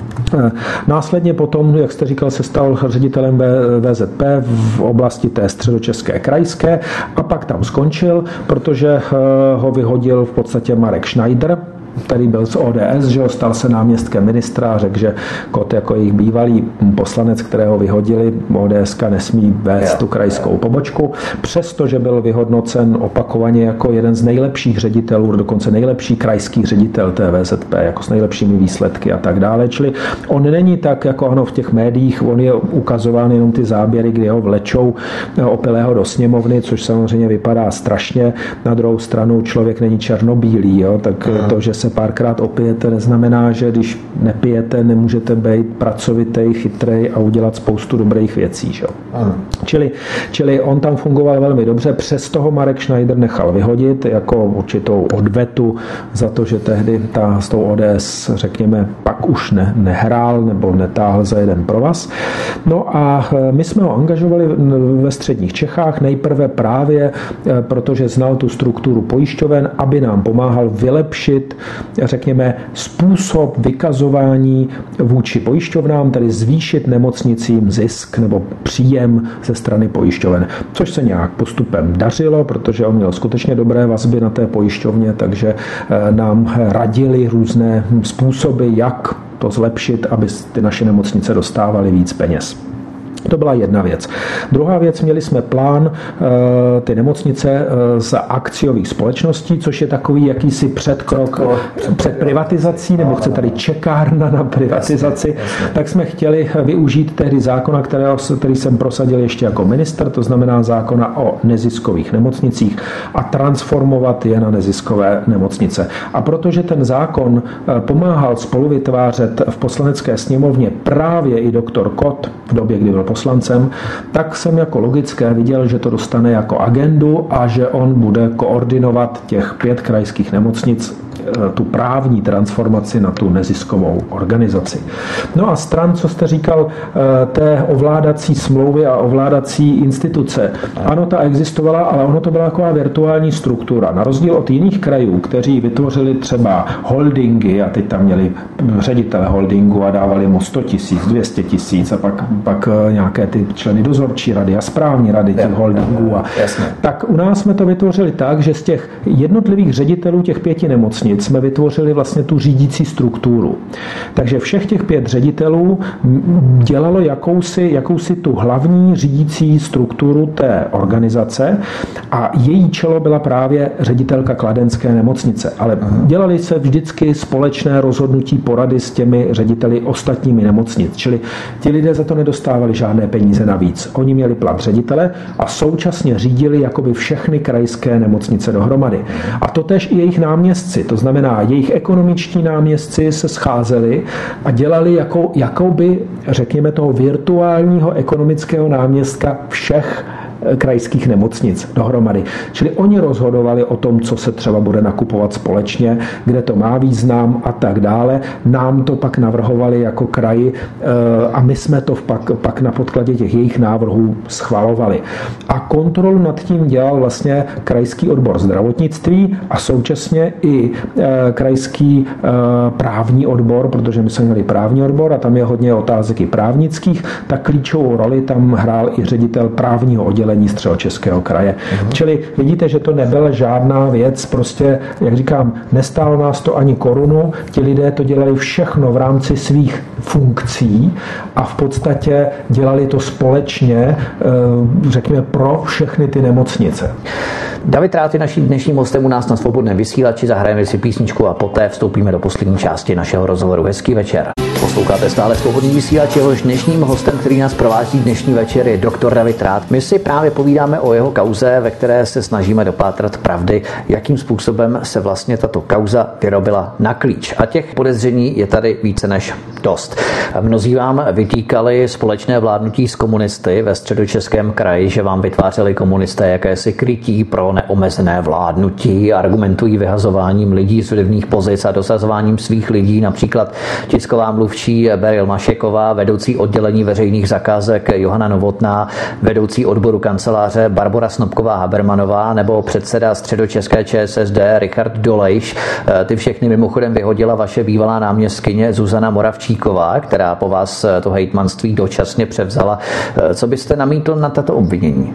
Následně potom, jak jste říkal, se stal ředitelem V Z P v oblasti té středočeské krajské a pak tam skončil, protože ho vyhodil v podstatě Marek Schneider, který byl z O D S, že stal se náměstkem ministra a řekl, že Kot jako jejich bývalý poslanec, kterého vyhodili, O D S ka nesmí vést tu krajskou pobočku, přestože byl vyhodnocen opakovaně jako jeden z nejlepších ředitelů, dokonce nejlepší krajský ředitel té V Z P, jako s nejlepšími výsledky a tak dále. Čili on není tak, jako ano v těch médiích, on je ukazován jenom ty záběry, kdy ho vlečou opilého do sněmovny, což samozřejmě vypadá strašně. Na druhou stranu člověk není černobílý, jo? Tak to, že se párkrát opijete, neznamená, že když nepijete, nemůžete být pracovitý, chytrej a udělat spoustu dobrých věcí. Že? Čili, čili on tam fungoval velmi dobře, přes toho Marek Schneider nechal vyhodit jako určitou odvetu za to, že tehdy ta, s tou O D S, řekněme, pak už ne, nehrál nebo netáhl za jeden provaz. No a my jsme ho angažovali ve středních Čechách, nejprve právě, protože znal tu strukturu pojišťoven, aby nám pomáhal vylepšit, řekněme, způsob vykazování vůči pojišťovnám, tedy zvýšit nemocnicím zisk nebo příjem ze strany pojišťoven. Což se nějak postupem dařilo, protože on měl skutečně dobré vazby na té pojišťovně, takže nám radili různé způsoby, jak to zlepšit, aby ty naše nemocnice dostávaly víc peněz. To byla jedna věc. Druhá věc, měli jsme plán ty nemocnice z akciových společností, což je takový jakýsi předkrok před privatizací, nebo chce tady čekárna na privatizaci, jasně, jasně. Tak jsme chtěli využít tehdy zákona, kterého, který jsem prosadil ještě jako ministr, to znamená zákona o neziskových nemocnicích a transformovat je na neziskové nemocnice. A protože ten zákon pomáhal spoluvytvářet v poslanecké sněmovně právě i doktor Kot v době, kdy byl poslancem, tak jsem jako logické viděl, že to dostane jako agendu a že on bude koordinovat těch pět krajských nemocnic, tu právní transformaci na tu neziskovou organizaci. No a stran, co jste říkal, té ovládací smlouvy a ovládací instituce. Ano, ta existovala, ale ono to byla taková virtuální struktura. Na rozdíl od jiných krajů, kteří vytvořili třeba holdingy a teď tam měli ředitele holdingu a dávali mu sto tisíc, dvě stě tisíc a pak, pak nějaké ty členy dozorčí rady a správní rady těch holdingů. A, tak u nás jsme to vytvořili tak, že z těch jednotlivých ředitelů těch pěti nemocnic jsme vytvořili vlastně tu řídící strukturu. Takže všech těch pět ředitelů dělalo jakousi, jakousi tu hlavní řídící strukturu té organizace a její čelo byla právě ředitelka kladenské nemocnice. Ale dělali se vždycky společné rozhodnutí porady s těmi řediteli ostatními nemocnic. Čili ti lidé za to nedostávali žádné peníze navíc. Oni měli plat ředitele a současně řídili jakoby všechny krajské nemocnice dohromady. A totéž i jejich náměstci. To znamená, jejich ekonomičtí náměstci se scházeli a dělali jako, jakoby, řekněme, toho virtuálního ekonomického náměstka všech krajských nemocnic dohromady. Čili oni rozhodovali o tom, co se třeba bude nakupovat společně, kde to má význam a tak dále. Nám to pak navrhovali jako kraji a my jsme to pak, pak na podkladě těch jejich návrhů schvalovali. A kontrolu nad tím dělal vlastně krajský odbor zdravotnictví a současně i krajský právní odbor, protože my jsme měli právní odbor a tam je hodně otázek i právnických, tak klíčovou roli tam hrál i ředitel právního oddělení Středočeského kraje. Uhum. Čili vidíte, že to nebyla žádná věc, prostě, jak říkám, nestálo nás to ani korunu, ti lidé to dělali všechno v rámci svých funkcí a v podstatě dělali to společně, řekněme, pro všechny ty nemocnice.
David Rád je naším dnešním hostem u nás na Svobodném vysílači, zahrajeme si písničku a poté vstoupíme do poslední části našeho rozhovoru. Hezký večer. Posloucháte stále Svobodný vysílač, jehož dnešním hostem, který nás provází dnešní večer, je doktor David Rád. My si právě povídáme o jeho kauze, ve které se snažíme dopátrat pravdy, jakým způsobem se vlastně tato kauza vyrobila na klíč. A těch podezření je tady více než dost. Mnozí vám vytýkali společné vládnutí s komunisty ve Středočeském kraji, že vám vytvářeli komunisté jakési krytí pro neomezené vládnutí, argumentují vyhazováním lidí z vlivných pozic a dosazováním svých lidí, například tisková mluvčí Beryl Mašeková, vedoucí oddělení veřejných zakázek Johana Novotná, vedoucí odboru kanceláře Barbora Snopková-Habermanová nebo předseda Středočeské ČSSD Richard Dolejš. Ty všechny mimochodem vyhodila vaše bývalá náměstkyně Zuzana Moravčíková, která po vás to hejtmanství dočasně převzala. Co byste namítl na tato obvinění?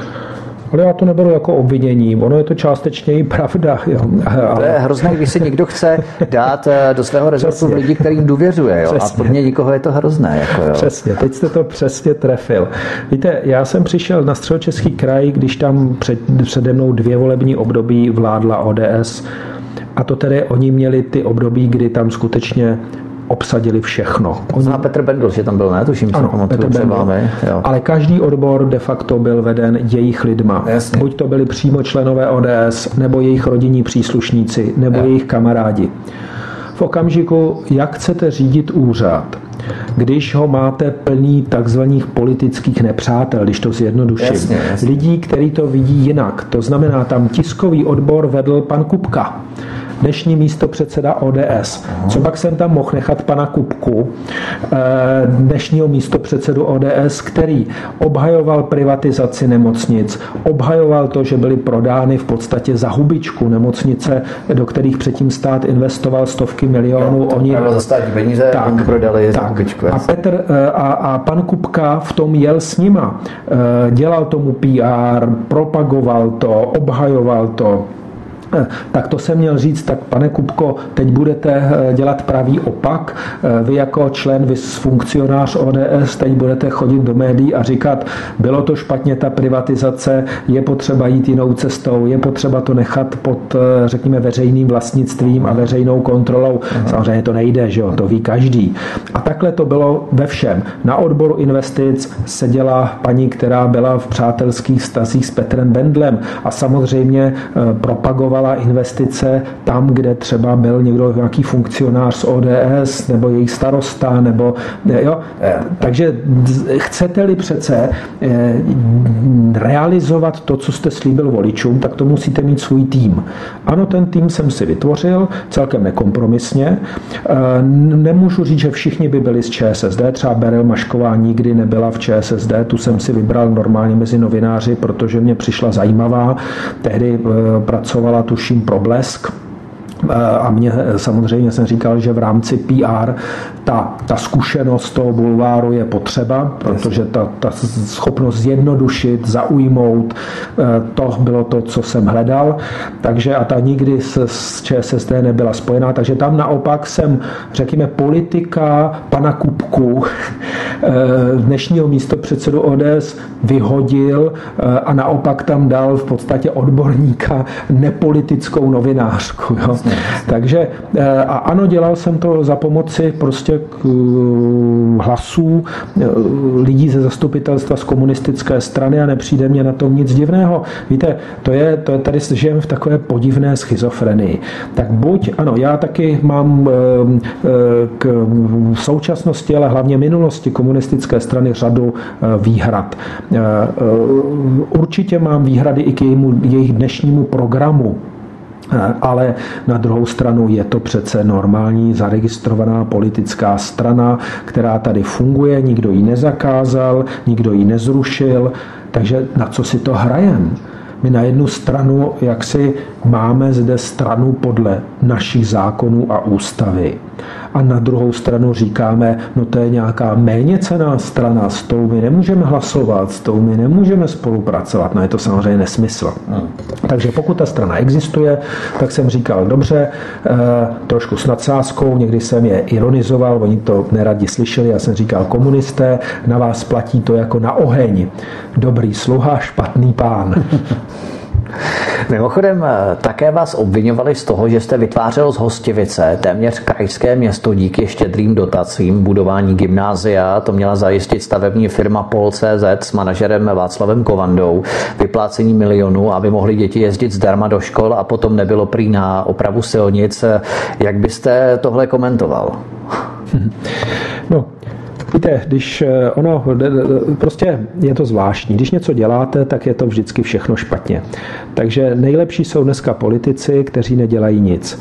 Ale já to neberu jako obvinění, ono je to částečně i pravda. Jo. Ale...
To je hrozné, když si někdo chce dát do svého rezortu lidi, kterým důvěřuje. Jo. A pro mě nikoho je to hrozné. Jako, jo.
Přesně, teď jste to přesně trefil. Víte, já jsem přišel na Středočeský kraj, když tam před, přede mnou dvě volební období vládla O D S. A to tedy oni měli ty období, kdy tam skutečně obsadili všechno.
Oni... A Petr Bendl, že tam byl, ne? Tuším,
ano, Petr Bendl. Ale každý odbor de facto byl veden jejich lidma.
Jasně.
Buď to byli přímo členové O D S, nebo jejich rodinní příslušníci, nebo jo. jejich kamarádi. V okamžiku, jak chcete řídit úřad, když ho máte plný takzvaných politických nepřátel, když to zjednoduším.
Jasně, jasně.
Lidí, kteří to vidí jinak. To znamená, tam tiskový odbor vedl pan Kupka, dnešní místopředseda O D S. Co pak jsem tam mohl nechat pana Kupku, dnešního místopředsedu O D S, který obhajoval privatizaci nemocnic, obhajoval to, že byly prodány v podstatě za hubičku nemocnice, do kterých předtím stát investoval stovky milionů.
Jo,
Oni
za státní peníze
tak,
prodali
tak.
za hubičku.
A, Petr, a, a pan Kupka v tom jel s nima. Dělal tomu P R, propagoval to, obhajoval to. Tak to jsem měl říct, tak pane Kupko, teď budete dělat pravý opak. Vy jako člen, vy funkcionář O D S, teď budete chodit do médií a říkat, bylo to špatně ta privatizace, je potřeba jít jinou cestou, je potřeba to nechat pod, řekněme, veřejným vlastnictvím a veřejnou kontrolou. Aha. Samozřejmě to nejde, že jo, to ví každý. A takhle to bylo ve všem. Na odboru investic seděla paní, která byla v přátelských vztazích s Petrem Bendlem a samozřejmě propagovala investice tam, kde třeba byl někdo, nějaký funkcionář z O D S nebo jejich starosta, nebo jo. Takže chcete-li přece realizovat to, co jste slíbil voličům, tak to musíte mít svůj tým. Ano, ten tým jsem si vytvořil celkem nekompromisně. Nemůžu říct, že všichni by byli z ČSSD, třeba Beryl Mašková nikdy nebyla v ČSSD, tu jsem si vybral normálně mezi novináři, protože mě přišla zajímavá. Tehdy pracovala tuším pro Blesk. A mě samozřejmě jsem říkal, že v rámci P R ta, ta zkušenost toho bulváru je potřeba, protože ta, ta schopnost zjednodušit, zaujmout, to bylo to, co jsem hledal. Takže a ta nikdy s, s ČSSD nebyla spojená, takže tam naopak jsem, řekněme, politika pana Kupku, dnešního místopředsedu O D S, vyhodil a naopak tam dal v podstatě odborníka, nepolitickou novinářku. Jo. Jasně. Takže a ano, dělal jsem to za pomoci prostě k hlasů lidí ze zastupitelstva z komunistické strany a nepřijde mě na tom nic divného. Víte, to je, to je tady žijeme v takové podivné schizofrenii. Tak buď, ano, já taky mám k současnosti, ale hlavně minulosti komunistické strany řadu výhrad. Určitě mám výhrady i k jejímu, jejich dnešnímu programu, ale na druhou stranu je to přece normální zaregistrovaná politická strana, která tady funguje, nikdo ji nezakázal, nikdo ji nezrušil, takže na co si to hrajem? My na jednu stranu, jak si máme zde stranu podle našich zákonů a ústavy. A na druhou stranu říkáme, no to je nějaká méněcenná strana, s tou my nemůžeme hlasovat, s tou my nemůžeme spolupracovat. No je to samozřejmě nesmysl. Hmm. Takže pokud ta strana existuje, tak jsem říkal, dobře, eh, trošku s nadsázkou, někdy jsem je ironizoval, oni to neradi slyšeli, já jsem říkal, komunisté, na vás platí to jako na oheň. Dobrý sluha, špatný pán.
Mimochodem, také vás obviňovali z toho, že jste vytvářel z Hostivice téměř krajské město díky štědrým dotacím, budování gymnázia. To měla zajistit stavební firma Pol tečka cé zet s manažerem Václavem Kovandou, vyplácení milionů, aby mohly děti jezdit zdarma do škol a potom nebylo prý na opravu silnic. Jak byste tohle komentoval?
No, víte, když ono, prostě je to zvláštní. Když něco děláte, tak je to vždycky všechno špatně. Takže nejlepší jsou dneska politici, kteří nedělají nic.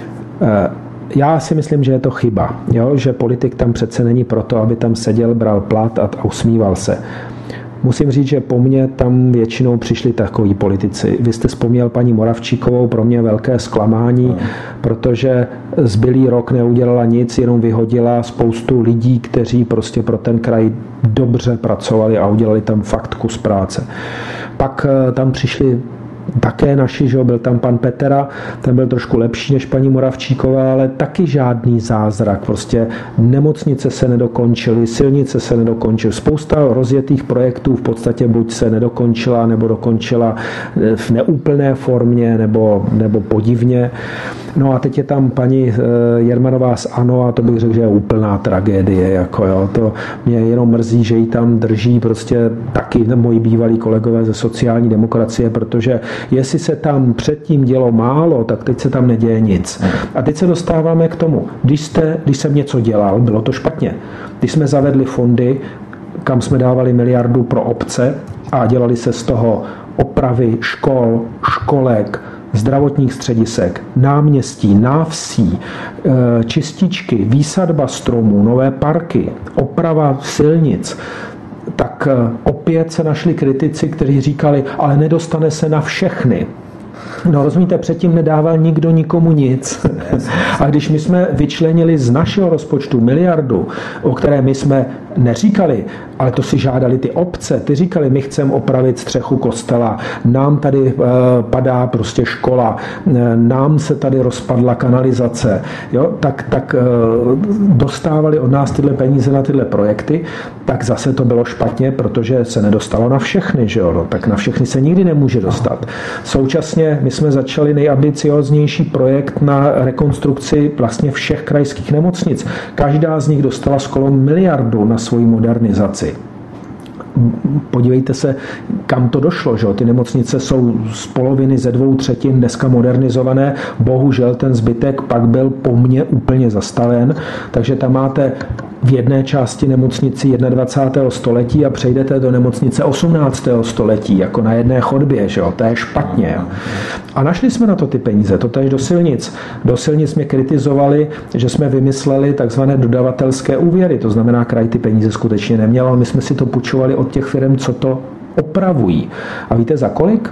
Já si myslím, že je to chyba, jo? Že politik tam přece není proto, aby tam seděl, bral plat a usmíval se. Musím říct, že po mně tam většinou přišli takoví politici. Vy jste vzpomněl paní Moravčíkovou, pro mě velké zklamání, no. Protože zbylý rok neudělala nic, jenom vyhodila spoustu lidí, kteří prostě pro ten kraj dobře pracovali a udělali tam fakt kus práce. Pak tam přišli také naši, že byl tam pan Petera, ten byl trošku lepší než paní Moravčíková, ale taky žádný zázrak. Prostě nemocnice se nedokončily, silnice se nedokončily. Spousta rozjetých projektů v podstatě buď se nedokončila, nebo dokončila v neúplné formě, nebo, nebo podivně. No a teď je tam paní Jermanová z ANO a to bych řekl, že je úplná tragédie. Jako jo. To mě jenom mrzí, že ji tam drží prostě taky moji bývalí kolegové ze sociální demokracie, protože jestli se tam předtím dělo málo, tak teď se tam neděje nic. A teď se dostáváme k tomu. Když, jste, když jsem něco dělal, bylo to špatně. Když jsme zavedli fondy, kam jsme dávali miliardu pro obce a dělali se z toho opravy škol, školek, zdravotních středisek, náměstí, návsí, čističky, výsadba stromů, nové parky, oprava silnic, tak opět se našli kritici, kteří říkali, ale nedostane se na všechny. No rozumíte, předtím nedával nikdo nikomu nic. A když my jsme vyčlenili z našeho rozpočtu miliardu, o které my jsme neříkali, ale to si žádali ty obce, ty říkali, my chceme opravit střechu kostela, nám tady e, padá prostě škola, e, nám se tady rozpadla kanalizace, jo? tak, tak e, dostávali od nás tyhle peníze na tyhle projekty, tak zase to bylo špatně, protože se nedostalo na všechny, že jo? No, tak na všechny se nikdy nemůže dostat. Současně my jsme začali nejambicioznější projekt na rekonstrukci vlastně všech krajských nemocnic. Každá z nich dostala skoro miliardu na svoji modernizaci. Podívejte se, kam to došlo. Že? Ty nemocnice jsou z poloviny, ze dvou třetin dneska modernizované. Bohužel ten zbytek pak byl po mně úplně zastaven. Takže tam máte v jedné části nemocnici dvacátého prvního století a přejdete do nemocnice osmnáctého století, jako na jedné chodbě. Že? To je špatně. Jo? A našli jsme na to ty peníze. To též do silnic. Do silnic jsme kritizovali, že jsme vymysleli takzvané dodavatelské úvěry. To znamená, kraj ty peníze skutečně neměl, ale my jsme si to půjčovali od těch firm, co to opravují. A víte za kolik?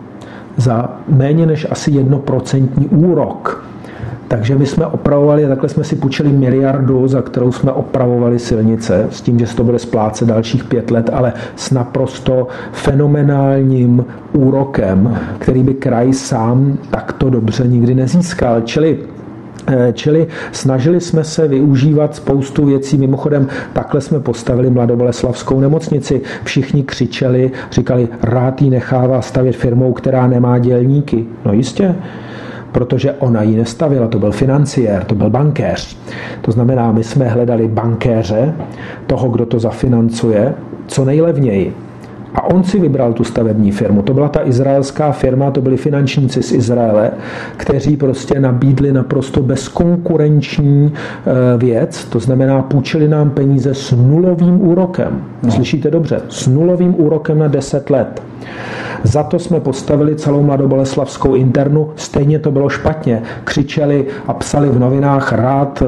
Za méně než asi jednoprocentní úrok. Takže my jsme opravovali, takhle jsme si půjčili miliardu, za kterou jsme opravovali silnice, s tím, že se to bude splácet dalších pět let, ale s naprosto fenomenálním úrokem, který by kraj sám takto dobře nikdy nezískal. Čili Čili snažili jsme se využívat spoustu věcí. Mimochodem, takhle jsme postavili Mladoboleslavskou nemocnici. Všichni křičeli, říkali, rád ji nechává stavět firmou, která nemá dělníky. No jistě. protože ona ji nestavila, to byl financiér, to byl bankéř. To znamená, my jsme hledali bankéře, toho, kdo to zafinancuje, co nejlevněji. A on si vybral tu stavební firmu. To byla ta izraelská firma, to byli finančníci z Izraele, kteří prostě nabídli naprosto bezkonkurenční věc, to znamená půjčili nám peníze s nulovým úrokem. No. Slyšíte dobře? S nulovým úrokem na deset let. Za to jsme postavili celou mladoboleslavskou internu, stejně to bylo špatně. Křičeli a psali v novinách, rád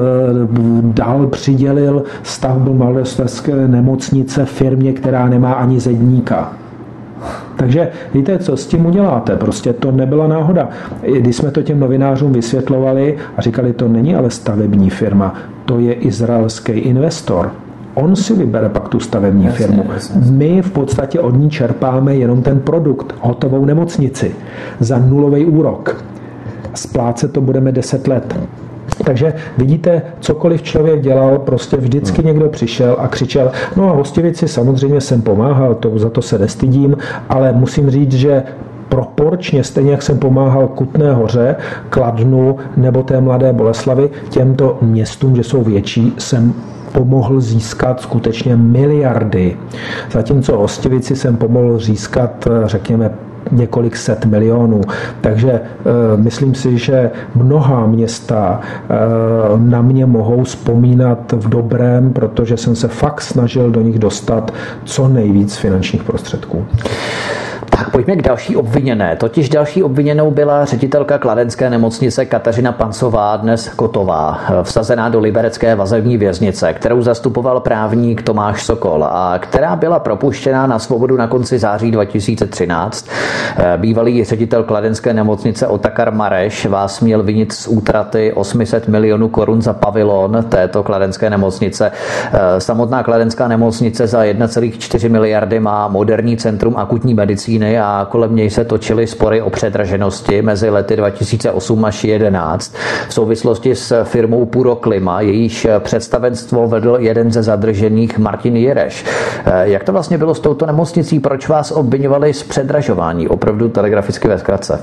dál přidělil stavbu mladoboleslavské nemocnice firmě, která nemá ani zedníka. Takže víte, co s tím uděláte? Prostě to nebyla náhoda. Když jsme to těm novinářům vysvětlovali a říkali, to není ale stavební firma, to je izraelský investor. On si vybere pak tu stavební jasně, firmu. Jasně. My v podstatě od ní čerpáme jenom ten produkt, hotovou nemocnici za nulový úrok. Splácet to budeme deset let. Takže vidíte, cokoliv člověk dělal, prostě vždycky někdo přišel a křičel. No a Hostivici samozřejmě jsem pomáhal, to, za to se nestydím, ale musím říct, že proporčně, stejně jak jsem pomáhal Kutné Hoře, Kladnu nebo té Mladé Boleslavi, těmto městům, že jsou větší, jsem pomohl získat skutečně miliardy. Zatímco Hostivici jsem pomohl získat, řekněme, několik set milionů. Takže e, myslím si, že mnohá města e, na mě mohou vzpomínat v dobrém, protože jsem se fakt snažil do nich dostat co nejvíc finančních prostředků.
Tak pojďme k další obviněné. Totiž další obviněnou byla ředitelka kladenské nemocnice Kateřina Pancová, dnes Kotová, vsazená do liberecké vazební věznice, kterou zastupoval právník Tomáš Sokol a která byla propuštěna na svobodu na konci září dva tisíce třináct. Bývalý ředitel kladenské nemocnice Otakar Mareš vás měl vinit z útraty osm set milionů korun za pavilon této kladenské nemocnice. Samotná kladenská nemocnice za jedna celá čtyři miliardy má moderní centrum akutní medicíny a kolem něj se točily spory o předraženosti mezi lety dva tisíce osm až jedenáct v souvislosti s firmou Puroklima, jejíž představenstvo vedl jeden ze zadržených Martin Jireš. Jak to vlastně bylo s touto nemocnicí? Proč vás obviňovali z předražování? Opravdu telegraficky ve zkratce.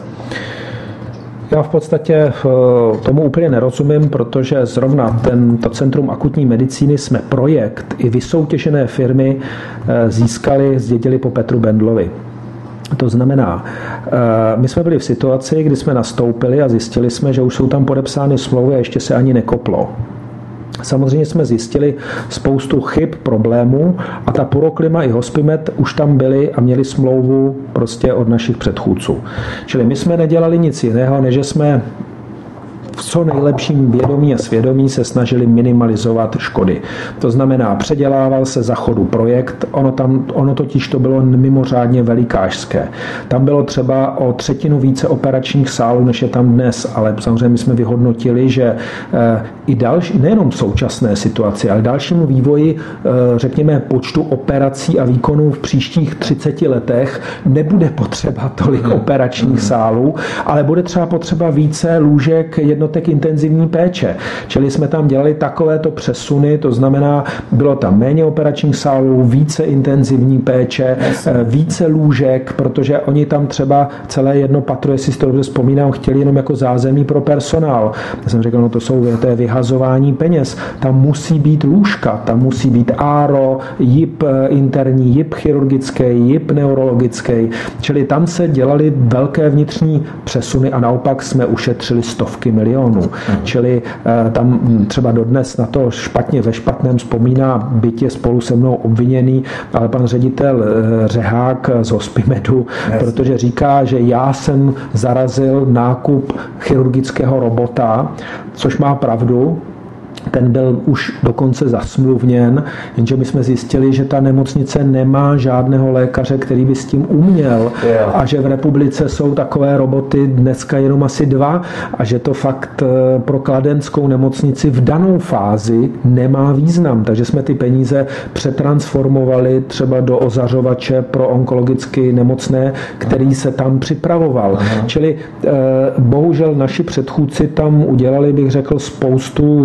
Já v podstatě tomu úplně nerozumím, protože zrovna tento centrum akutní medicíny jsme projekt i vysoutěžené firmy získali, zdědili po Petru Bendlovi. To znamená, my jsme byli v situaci, kdy jsme nastoupili a zjistili jsme, že už jsou tam podepsány smlouvy a ještě se ani nekoplo. Samozřejmě jsme zjistili spoustu chyb, problémů a ta Puroklima i Hospimed už tam byli a měli smlouvu prostě od našich předchůdců. Čili my jsme nedělali nic jiného, než že jsme v co nejlepším vědomí a svědomí se snažili minimalizovat škody. To znamená, předělával se za chodu projekt, ono, tam, ono totiž to bylo mimořádně velikářské. Tam bylo třeba o třetinu více operačních sálů, než je tam dnes, ale samozřejmě my jsme vyhodnotili, že eh, i další, nejenom v současné situaci, ale dalšímu vývoji, eh, řekněme, počtu operací a výkonů v příštích třiceti letech nebude potřeba tolik hmm. operačních sálů, ale bude třeba potřeba více lůžek jednotek intenzivní péče. Čili jsme tam dělali takovéto přesuny, to znamená, bylo tam méně operačních sálů, více intenzivní péče, více lůžek, protože oni tam třeba celé jedno patro, jestli si to dobře vzpomínám, chtěli jenom jako zázemí pro personál. Já jsem řekl, no to jsou to je vyhazování peněz. Tam musí být lůžka, tam musí být áro, jip interní, jip chirurgický, jip neurologický. Čili tam se dělaly velké vnitřní přesuny a naopak jsme ušetřili stovky milionů. Čili tam třeba dodnes na to špatně ve špatném vzpomíná, byť je spolu se mnou obviněný, ale pan ředitel Řehák z Hospimedu, yes. protože říká, že já jsem zarazil nákup chirurgického robota, což má pravdu. Ten byl už dokonce zasmluvněn, jenže my jsme zjistili, že ta nemocnice nemá žádného lékaře, který by s tím uměl yeah. a že v republice jsou takové roboty dneska jenom asi dva a že to fakt pro kladenskou nemocnici v danou fázi nemá význam. Takže jsme ty peníze přetransformovali třeba do ozařovače pro onkologicky nemocné, který se tam připravoval. Aha. Čili bohužel naši předchůdci tam udělali, bych řekl, spoustu skutečně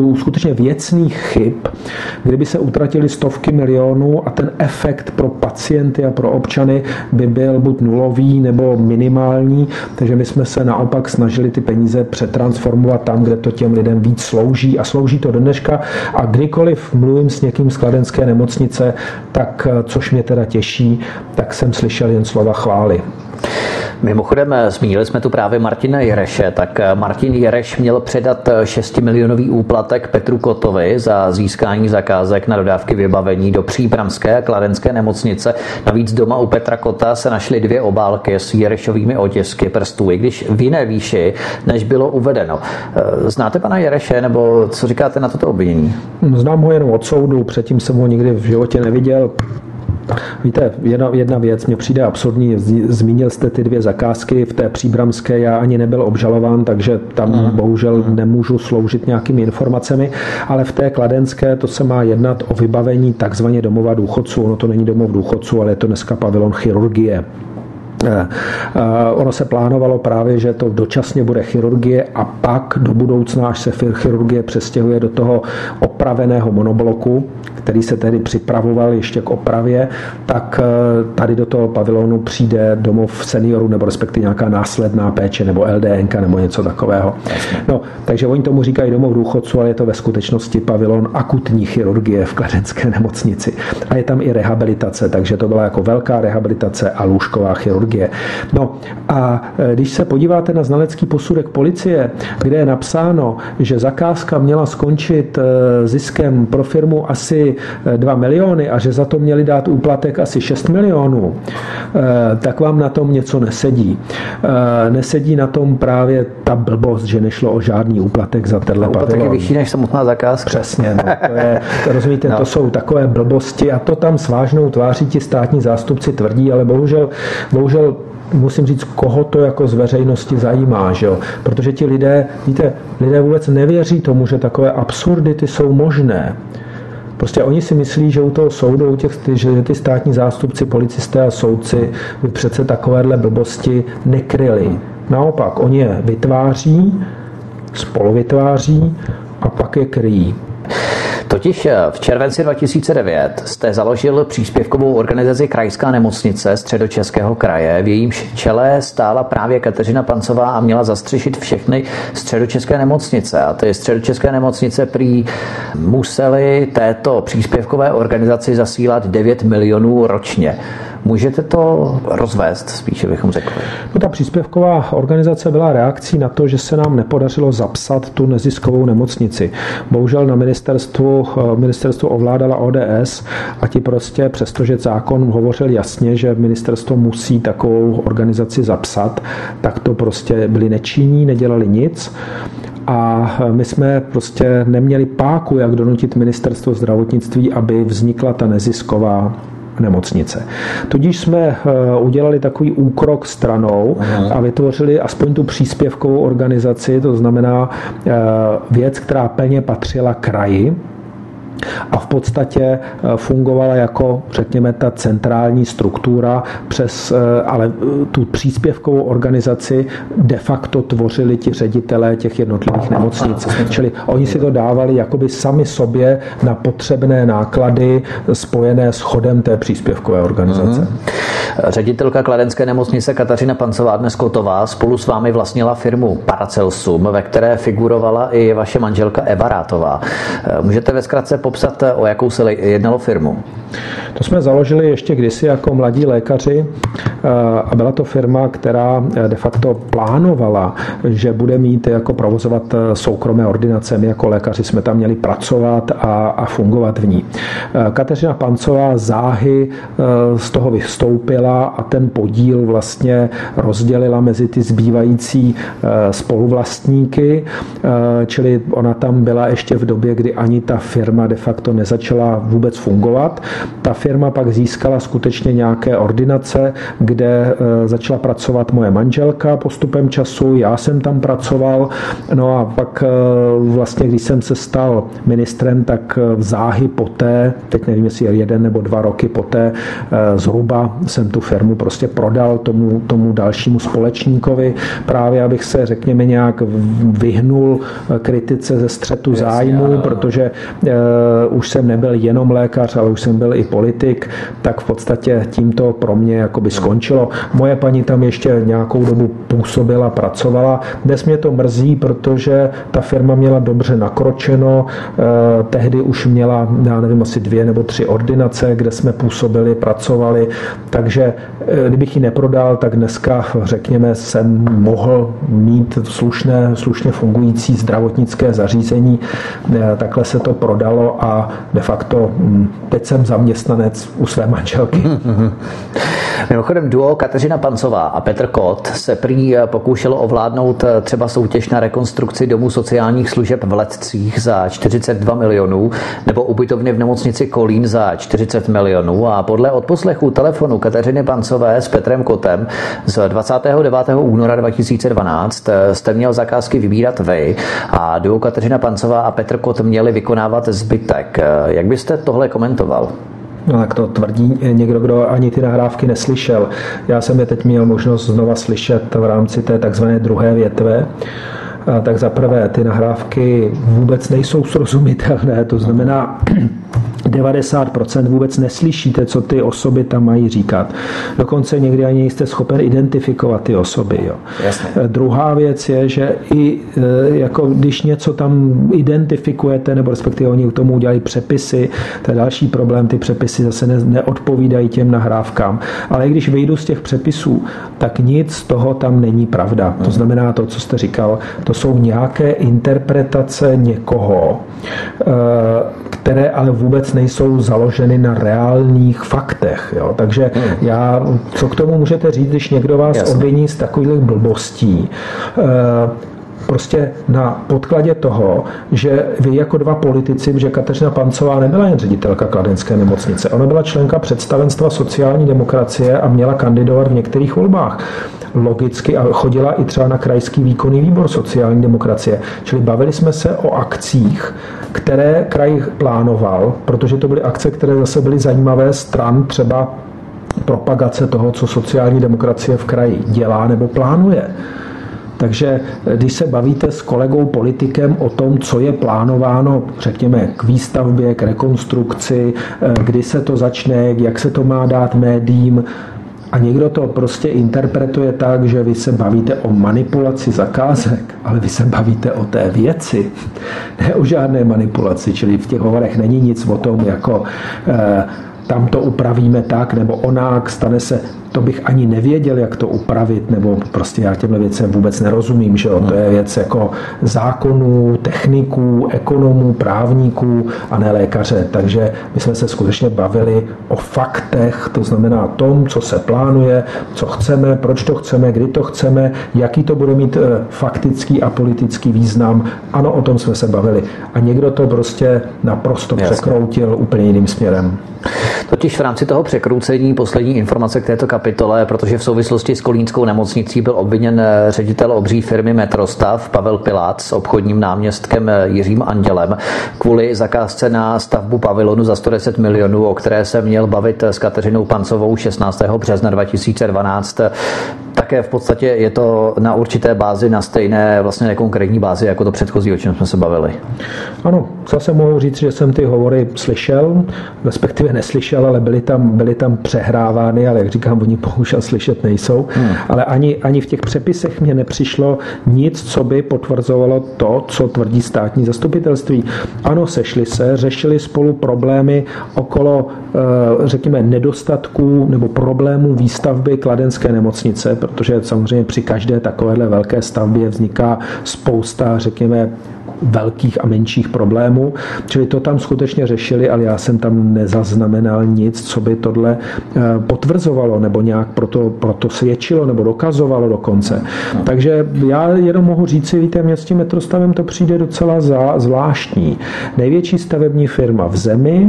skutečně věcných chyb, kdyby se utratili stovky milionů a ten efekt pro pacienty a pro občany by byl buď nulový nebo minimální, takže my jsme se naopak snažili ty peníze přetransformovat tam, kde to těm lidem víc slouží a slouží to do dneška a kdykoliv mluvím s někým z kladenské nemocnice, tak což mě teda těší, tak jsem slyšel jen slova chvály.
Mimochodem, zmínili jsme tu právě Martina Jereše, tak Martin Jereš měl předat šestimilionový úplatek Petru Kotovi za získání zakázek na dodávky vybavení do příbramské a kladenské nemocnice. Navíc doma u Petra Kota se našly dvě obálky s Jerešovými otisky prstů, i když v jiné výši, než bylo uvedeno. Znáte pana Jereše, nebo co říkáte na toto obvinění?
Znám ho jenom od soudu, předtím jsem ho nikdy v životě neviděl. Víte, jedna, jedna věc mě přijde absurdní. Zmínil jste ty dvě zakázky v té příbramské, já ani nebyl obžalován, takže tam mm. bohužel nemůžu sloužit nějakými informacemi, ale v té kladenské to se má jednat o vybavení takzvaně domova důchodců. Ono to není domov důchodců, ale je to dneska pavilon chirurgie. Ono se plánovalo právě, že to dočasně bude chirurgie a pak do budoucna, až se chirurgie přestěhuje do toho opraveného monobloku, který se tedy připravoval ještě k opravě, tak tady do toho pavilonu přijde domov seniorů nebo respektive nějaká následná péče nebo el dé en ká nebo něco takového. No, takže oni tomu říkají domov důchodců, ale je to ve skutečnosti pavilon akutní chirurgie v kladenské nemocnici. A je tam i rehabilitace, takže to byla jako velká rehabilitace a lůžková chirurgie. No a když se podíváte na znalecký posudek policie, kde je napsáno, že zakázka měla skončit ziskem pro firmu asi dva miliony a že za to měli dát úplatek asi šest milionů, tak vám na tom něco nesedí. Nesedí na tom právě ta blbost, že nešlo o žádný úplatek za tenhle pavilon.
Úplatek je vyšší než samotná zakázka.
Přesně, no, to je, to rozumíte, no. To jsou takové blbosti a to tam s vážnou tváří ti státní zástupci tvrdí, ale bohužel, bohužel musím říct, koho to jako z veřejnosti zajímá, že jo? Protože ti lidé, víte, lidé vůbec nevěří tomu, že takové absurdity jsou možné. Prostě oni si myslí, že u toho soudu, u těch, že ty státní zástupci, policisté a soudci by přece takovéhle blbosti nekryli. Naopak, oni je vytváří, spoluvytváří a pak je kryjí.
Totiž v červenci dva tisíce devět jste založil příspěvkovou organizaci Krajská nemocnice Středočeského kraje. V jejímž čele stála právě Kateřina Pancová a měla zastřešit všechny středočeské nemocnice. A ty středočeské nemocnice prý musely této příspěvkové organizaci zasílat devět milionů ročně. Můžete to rozvést, spíše bychom řekli?
No, ta příspěvková organizace byla reakcí na to, že se nám nepodařilo zapsat tu neziskovou nemocnici. Bohužel na ministerstvu, ministerstvu ovládala ó dé es a ti prostě, přestože zákon hovořil jasně, že ministerstvo musí takovou organizaci zapsat, tak to prostě byli nečinní, nedělali nic. A my jsme prostě neměli páku, jak donutit ministerstvo zdravotnictví, aby vznikla ta nezisková nemocnice. Tudíž jsme udělali takový úkrok stranou a vytvořili aspoň tu příspěvkovou organizaci, to znamená věc, která plně patřila kraji, a v podstatě fungovala jako, řekněme, ta centrální struktura přes, ale tu příspěvkovou organizaci de facto tvořili ti ředitelé těch jednotlivých nemocnic. Čili oni si to dávali jakoby sami sobě na potřebné náklady spojené s chodem té příspěvkové organizace.
Mm-hmm. Ředitelka kladenské nemocnice Kateřina Pancová, dnes Kotová, spolu s vámi vlastnila firmu Paracelsum, ve které figurovala i vaše manželka Eva Rátová. Můžete ve zkratce popsat, o jakou se jednalo firmu?
To jsme založili ještě kdysi jako mladí lékaři a byla to firma, která de facto plánovala, že bude mít jako provozovat soukromé ordinace. My jako lékaři jsme tam měli pracovat a, a fungovat v ní. Kateřina Pancová záhy z toho vystoupila a ten podíl vlastně rozdělila mezi ty zbývající spoluvlastníky, čili ona tam byla ještě v době, kdy ani ta firma de facto nezačala vůbec fungovat. Ta firma pak získala skutečně nějaké ordinace, kde začala pracovat moje manželka postupem času, já jsem tam pracoval, no a pak vlastně, když jsem se stal ministrem, tak záhy poté, teď nevím, jestli jeden nebo dva roky poté, zhruba jsem tu firmu prostě prodal tomu, tomu dalšímu společníkovi, právě abych se, řekněme, nějak vyhnul kritice ze střetu zájmu, protože uh, už jsem nebyl jenom lékař, ale už jsem byl i politik, tak v podstatě tímto pro mě jakoby skončilo. Moje paní tam ještě nějakou dobu působila, pracovala. Dnes mě to mrzí, protože ta firma měla dobře nakročeno, uh, tehdy už měla, já nevím, asi dvě nebo tři ordinace, kde jsme působili, pracovali, takže uh, kdybych ji neprodal, tak dneska, řekněme, jsem mohl mít slušné, slušně fungující zdravotnické zařízení. Takhle se to prodalo a de facto teď jsem zaměstnanec u své manželky.
Mimochodem duo Kateřina Pancová a Petr Kot se prý pokoušelo ovládnout třeba soutěž na rekonstrukci domu sociálních služeb v Letcích za čtyřicet dva milionů nebo ubytovny v nemocnici Kolín za čtyřicet milionů a podle odposlechů telefonu Kateřiny Pancové s Petrem Kotem z dvacátého devátého února dva tisíce dvanáct jste měl zakázky vybírat vy a duo Kateřina Pancová a Petr Kot měli vykonávat zbytek. Jak byste tohle komentoval?
No tak to tvrdí někdo, kdo ani ty nahrávky neslyšel. Já jsem je teď měl možnost znova slyšet v rámci té takzvané druhé větve. Tak zaprvé ty nahrávky vůbec nejsou srozumitelné, to znamená devadesát procent vůbec neslyšíte, co ty osoby tam mají říkat. Dokonce někdy ani nejste schopen identifikovat ty osoby. Jo.
Jasně.
Druhá věc je, že i jako když něco tam identifikujete, nebo respektive oni k tomu udělají přepisy, to je další problém, ty přepisy zase ne, neodpovídají těm nahrávkám. Ale když vyjdu z těch přepisů, tak nic z toho tam není pravda. To znamená to, co jste říkal, to jsou nějaké interpretace někoho, které ale vůbec nejsou založeny na reálných faktech. Jo? Takže já, co k tomu můžete říct, když někdo vás Jasně. obviní z takových blbostí? Prostě na podkladě toho, že vy jako dva politici, že Kateřina Pancová nebyla jen ředitelka kladenské nemocnice, ona byla členka představenstva sociální demokracie a měla kandidovat v některých volbách. Logicky a chodila i třeba na krajský výkonný výbor sociální demokracie. Čili bavili jsme se o akcích, které kraj plánoval, protože to byly akce, které zase byly zajímavé stran třeba propagace toho, co sociální demokracie v kraji dělá nebo plánuje. Takže když se bavíte s kolegou politikem o tom, co je plánováno, řekněme, k výstavbě, k rekonstrukci, kdy se to začne, jak se to má dát médiím, a někdo to prostě interpretuje tak, že vy se bavíte o manipulaci zakázek, ale vy se bavíte o té věci, ne o žádné manipulaci, čili v těch hovorech není nic o tom, jako eh, tam to upravíme tak, nebo onak, stane se, to bych ani nevěděl, jak to upravit, nebo prostě já těmhle věcem vůbec nerozumím, že jo? To je věc jako zákonů, techniků, ekonomů, právníků a ne lékaře. Takže my jsme se skutečně bavili o faktech, to znamená tom, co se plánuje, co chceme, proč to chceme, kdy to chceme, jaký to bude mít faktický a politický význam. Ano, o tom jsme se bavili. A někdo to prostě naprosto Jasně. překroutil úplně jiným směrem.
Totiž v rámci toho překroucení poslední informace k této kapitole, protože v souvislosti s kolínskou nemocnicí byl obviněn ředitel obří firmy Metrostav Pavel Pilát s obchodním náměstkem Jiřím Andělem kvůli zakázce na stavbu pavilonu za sto deset milionů, o které se měl bavit s Kateřinou Pancovou šestnáctého března dva tisíce dvanáct. Také v podstatě je to na určité bázi, na stejné vlastně nekonkrétní bázi, jako to předchozí, o čem jsme se bavili.
Ano, zase mohu říct, že jsem ty hovory slyšel, respektive neslyšel, ale byly tam, byly tam přehrávány, ale jak říkám, oni bohužel slyšet nejsou. Hmm. Ale ani, ani v těch přepisech mě nepřišlo nic, co by potvrzovalo to, co tvrdí státní zastupitelství. Ano, sešli se, řešili spolu problémy okolo, řekněme, nedostatků nebo problémů výstavby kladenské nemocnice, protože samozřejmě při každé takovéhle velké stavbě vzniká spousta, řekněme, velkých a menších problémů. Čili to tam skutečně řešili, ale já jsem tam nezaznamenal nic, co by tohle potvrzovalo nebo nějak proto, proto svědčilo nebo dokazovalo dokonce. Takže já jenom mohu říct si, víte, mě s tím metrostavem to přijde docela za, zvláštní. Největší stavební firma v zemi,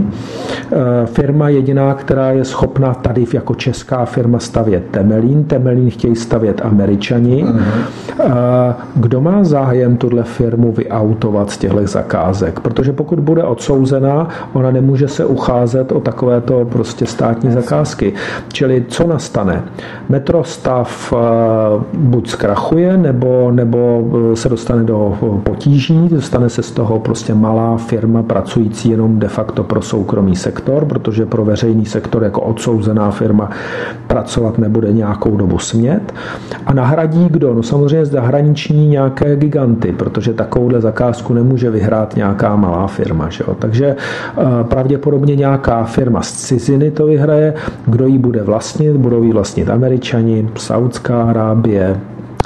firma jediná, která je schopná tady jako česká firma stavět Temelín. Temelín chtějí stavět Američani. Uh-huh. Kdo má zájem tuhle firmu vyautovat z těchto zakázek? Protože pokud bude odsouzená, ona nemůže se ucházet o takovéto prostě státní zakázky. Čili co nastane? Metrostav buď zkrachuje, nebo, nebo se dostane do potíží, dostane se z toho prostě malá firma pracující jenom de facto pro soukromý sektor, protože pro veřejný sektor jako odsouzená firma pracovat nebude nějakou dobu smět. A nahradí kdo? No samozřejmě zahraniční nějaké giganty, protože takovouhle zakázku nemůže vyhrát nějaká malá firma. Že jo? Takže pravděpodobně nějaká firma z ciziny to vyhraje. Kdo ji bude vlastnit? Budou ji vlastnit Američani, Saudská Arábie,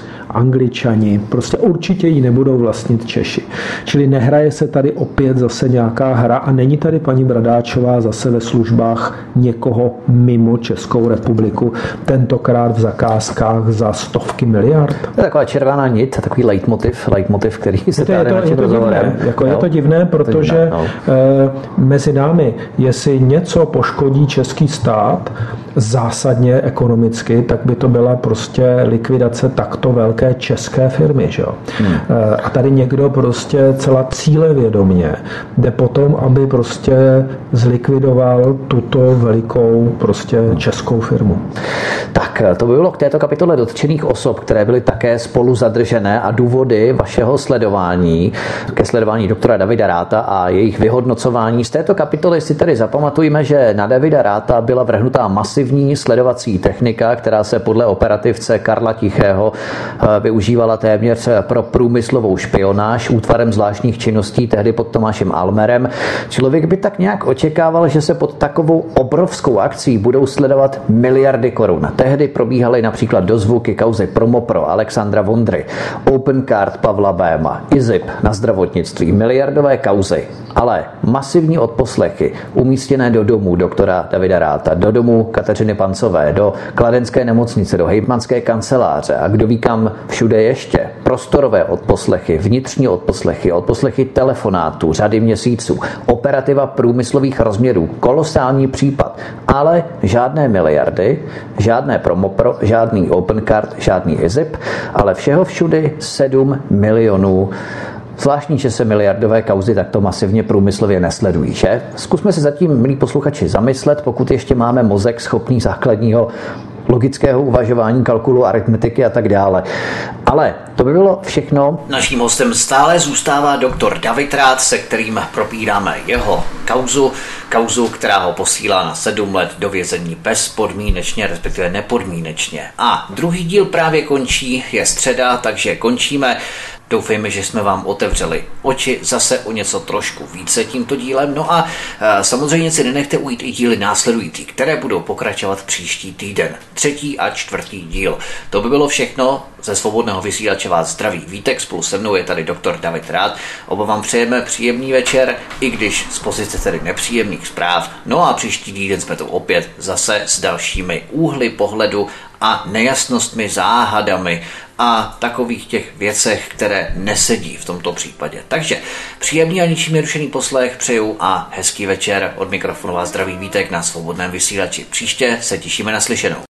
Angličani, prostě určitě ji nebudou vlastnit Češi. Čili nehraje se tady opět zase nějaká hra a není tady paní Bradáčová zase ve službách někoho mimo Českou republiku, tentokrát v zakázkách za stovky miliard.
To je taková červená nit, takový leitmotiv, leitmotiv, který se tady načít rozhovorem.
Jako je to divné, protože to divné, no. e, mezi námi, jestli něco poškodí český stát zásadně ekonomicky, tak by to byla prostě likvidace takto velké české firmy. Že jo? Hmm. A tady někdo prostě celá cílevědomě jde potom, aby prostě zlikvidoval tuto velikou prostě českou firmu.
Tak, to by bylo k této kapitole dotčených osob, které byly také spolu zadržené a důvody vašeho sledování, ke sledování doktora Davida Ratha a jejich vyhodnocování. Z této kapitoly si tedy zapamatujme, že na Davida Ratha byla vrhnutá masivní sledovací technika, která se podle operativce Karla Tichého využívala téměř pro průmyslovou špionáž útvarem zvláštních činností, tehdy pod Tomášem Almerem. Člověk by tak nějak očekával, že se pod takovou obrovskou akcí budou sledovat miliardy korun. Tehdy probíhaly například dozvuky kauzy Promopro Alexandra Vondry, Opencard Pavla Béma, IZIP na zdravotnictví, miliardové kauzy, ale masivní odposlechy umístěné do domu doktora Davida Ratha, do domu Kateřiny Pancové, do kladenské nemocnice, do hejtmanské kanceláře a kdo ví kam všude ještě. Prostorové odposlechy, vnitřní odposlechy, odposlechy telefonátů řady měsíců, operativa průmyslových rozměrů, kolosální případ, ale žádné miliardy, žádné Promopro, žádný Opencard, žádný IZIP, ale všeho všudy sedm milionů. Zvláštní, že se miliardové kauzy takto masivně průmyslově nesledují, že? Zkusme se zatím, milí posluchači, zamyslet, pokud ještě máme mozek schopný základního logického uvažování, kalkulu, aritmetiky a tak dále. Ale to by bylo všechno.
Naším hostem stále zůstává doktor David Rath, se kterým propíráme jeho kauzu, kauzu, která ho posílá na sedm let do vězení bezpodmínečně, respektive nepodmínečně. A druhý díl právě končí, je středa, takže končíme. Doufejme, že jsme vám otevřeli oči zase o něco trošku více tímto dílem. No a e, samozřejmě si nenechte ujít i díly následující, které budou pokračovat příští týden. Třetí a čtvrtý díl. To by bylo všechno. Ze Svobodného vysílače vás zdraví Vítek, spolu se mnou je tady doktor David Rath. Oba vám přejeme příjemný večer, i když z pozice tedy nepříjemných zpráv. No a příští týden jsme tu opět zase s dalšími úhly pohledu a nejasnostmi, záhadami a takových těch věcech, které nesedí v tomto případě. Takže příjemný a ničím nerušený poslech přeju a hezký večer. Od mikrofonu vás zdraví Vítek na Svobodném vysílači. Příště se těšíme na slyšenou.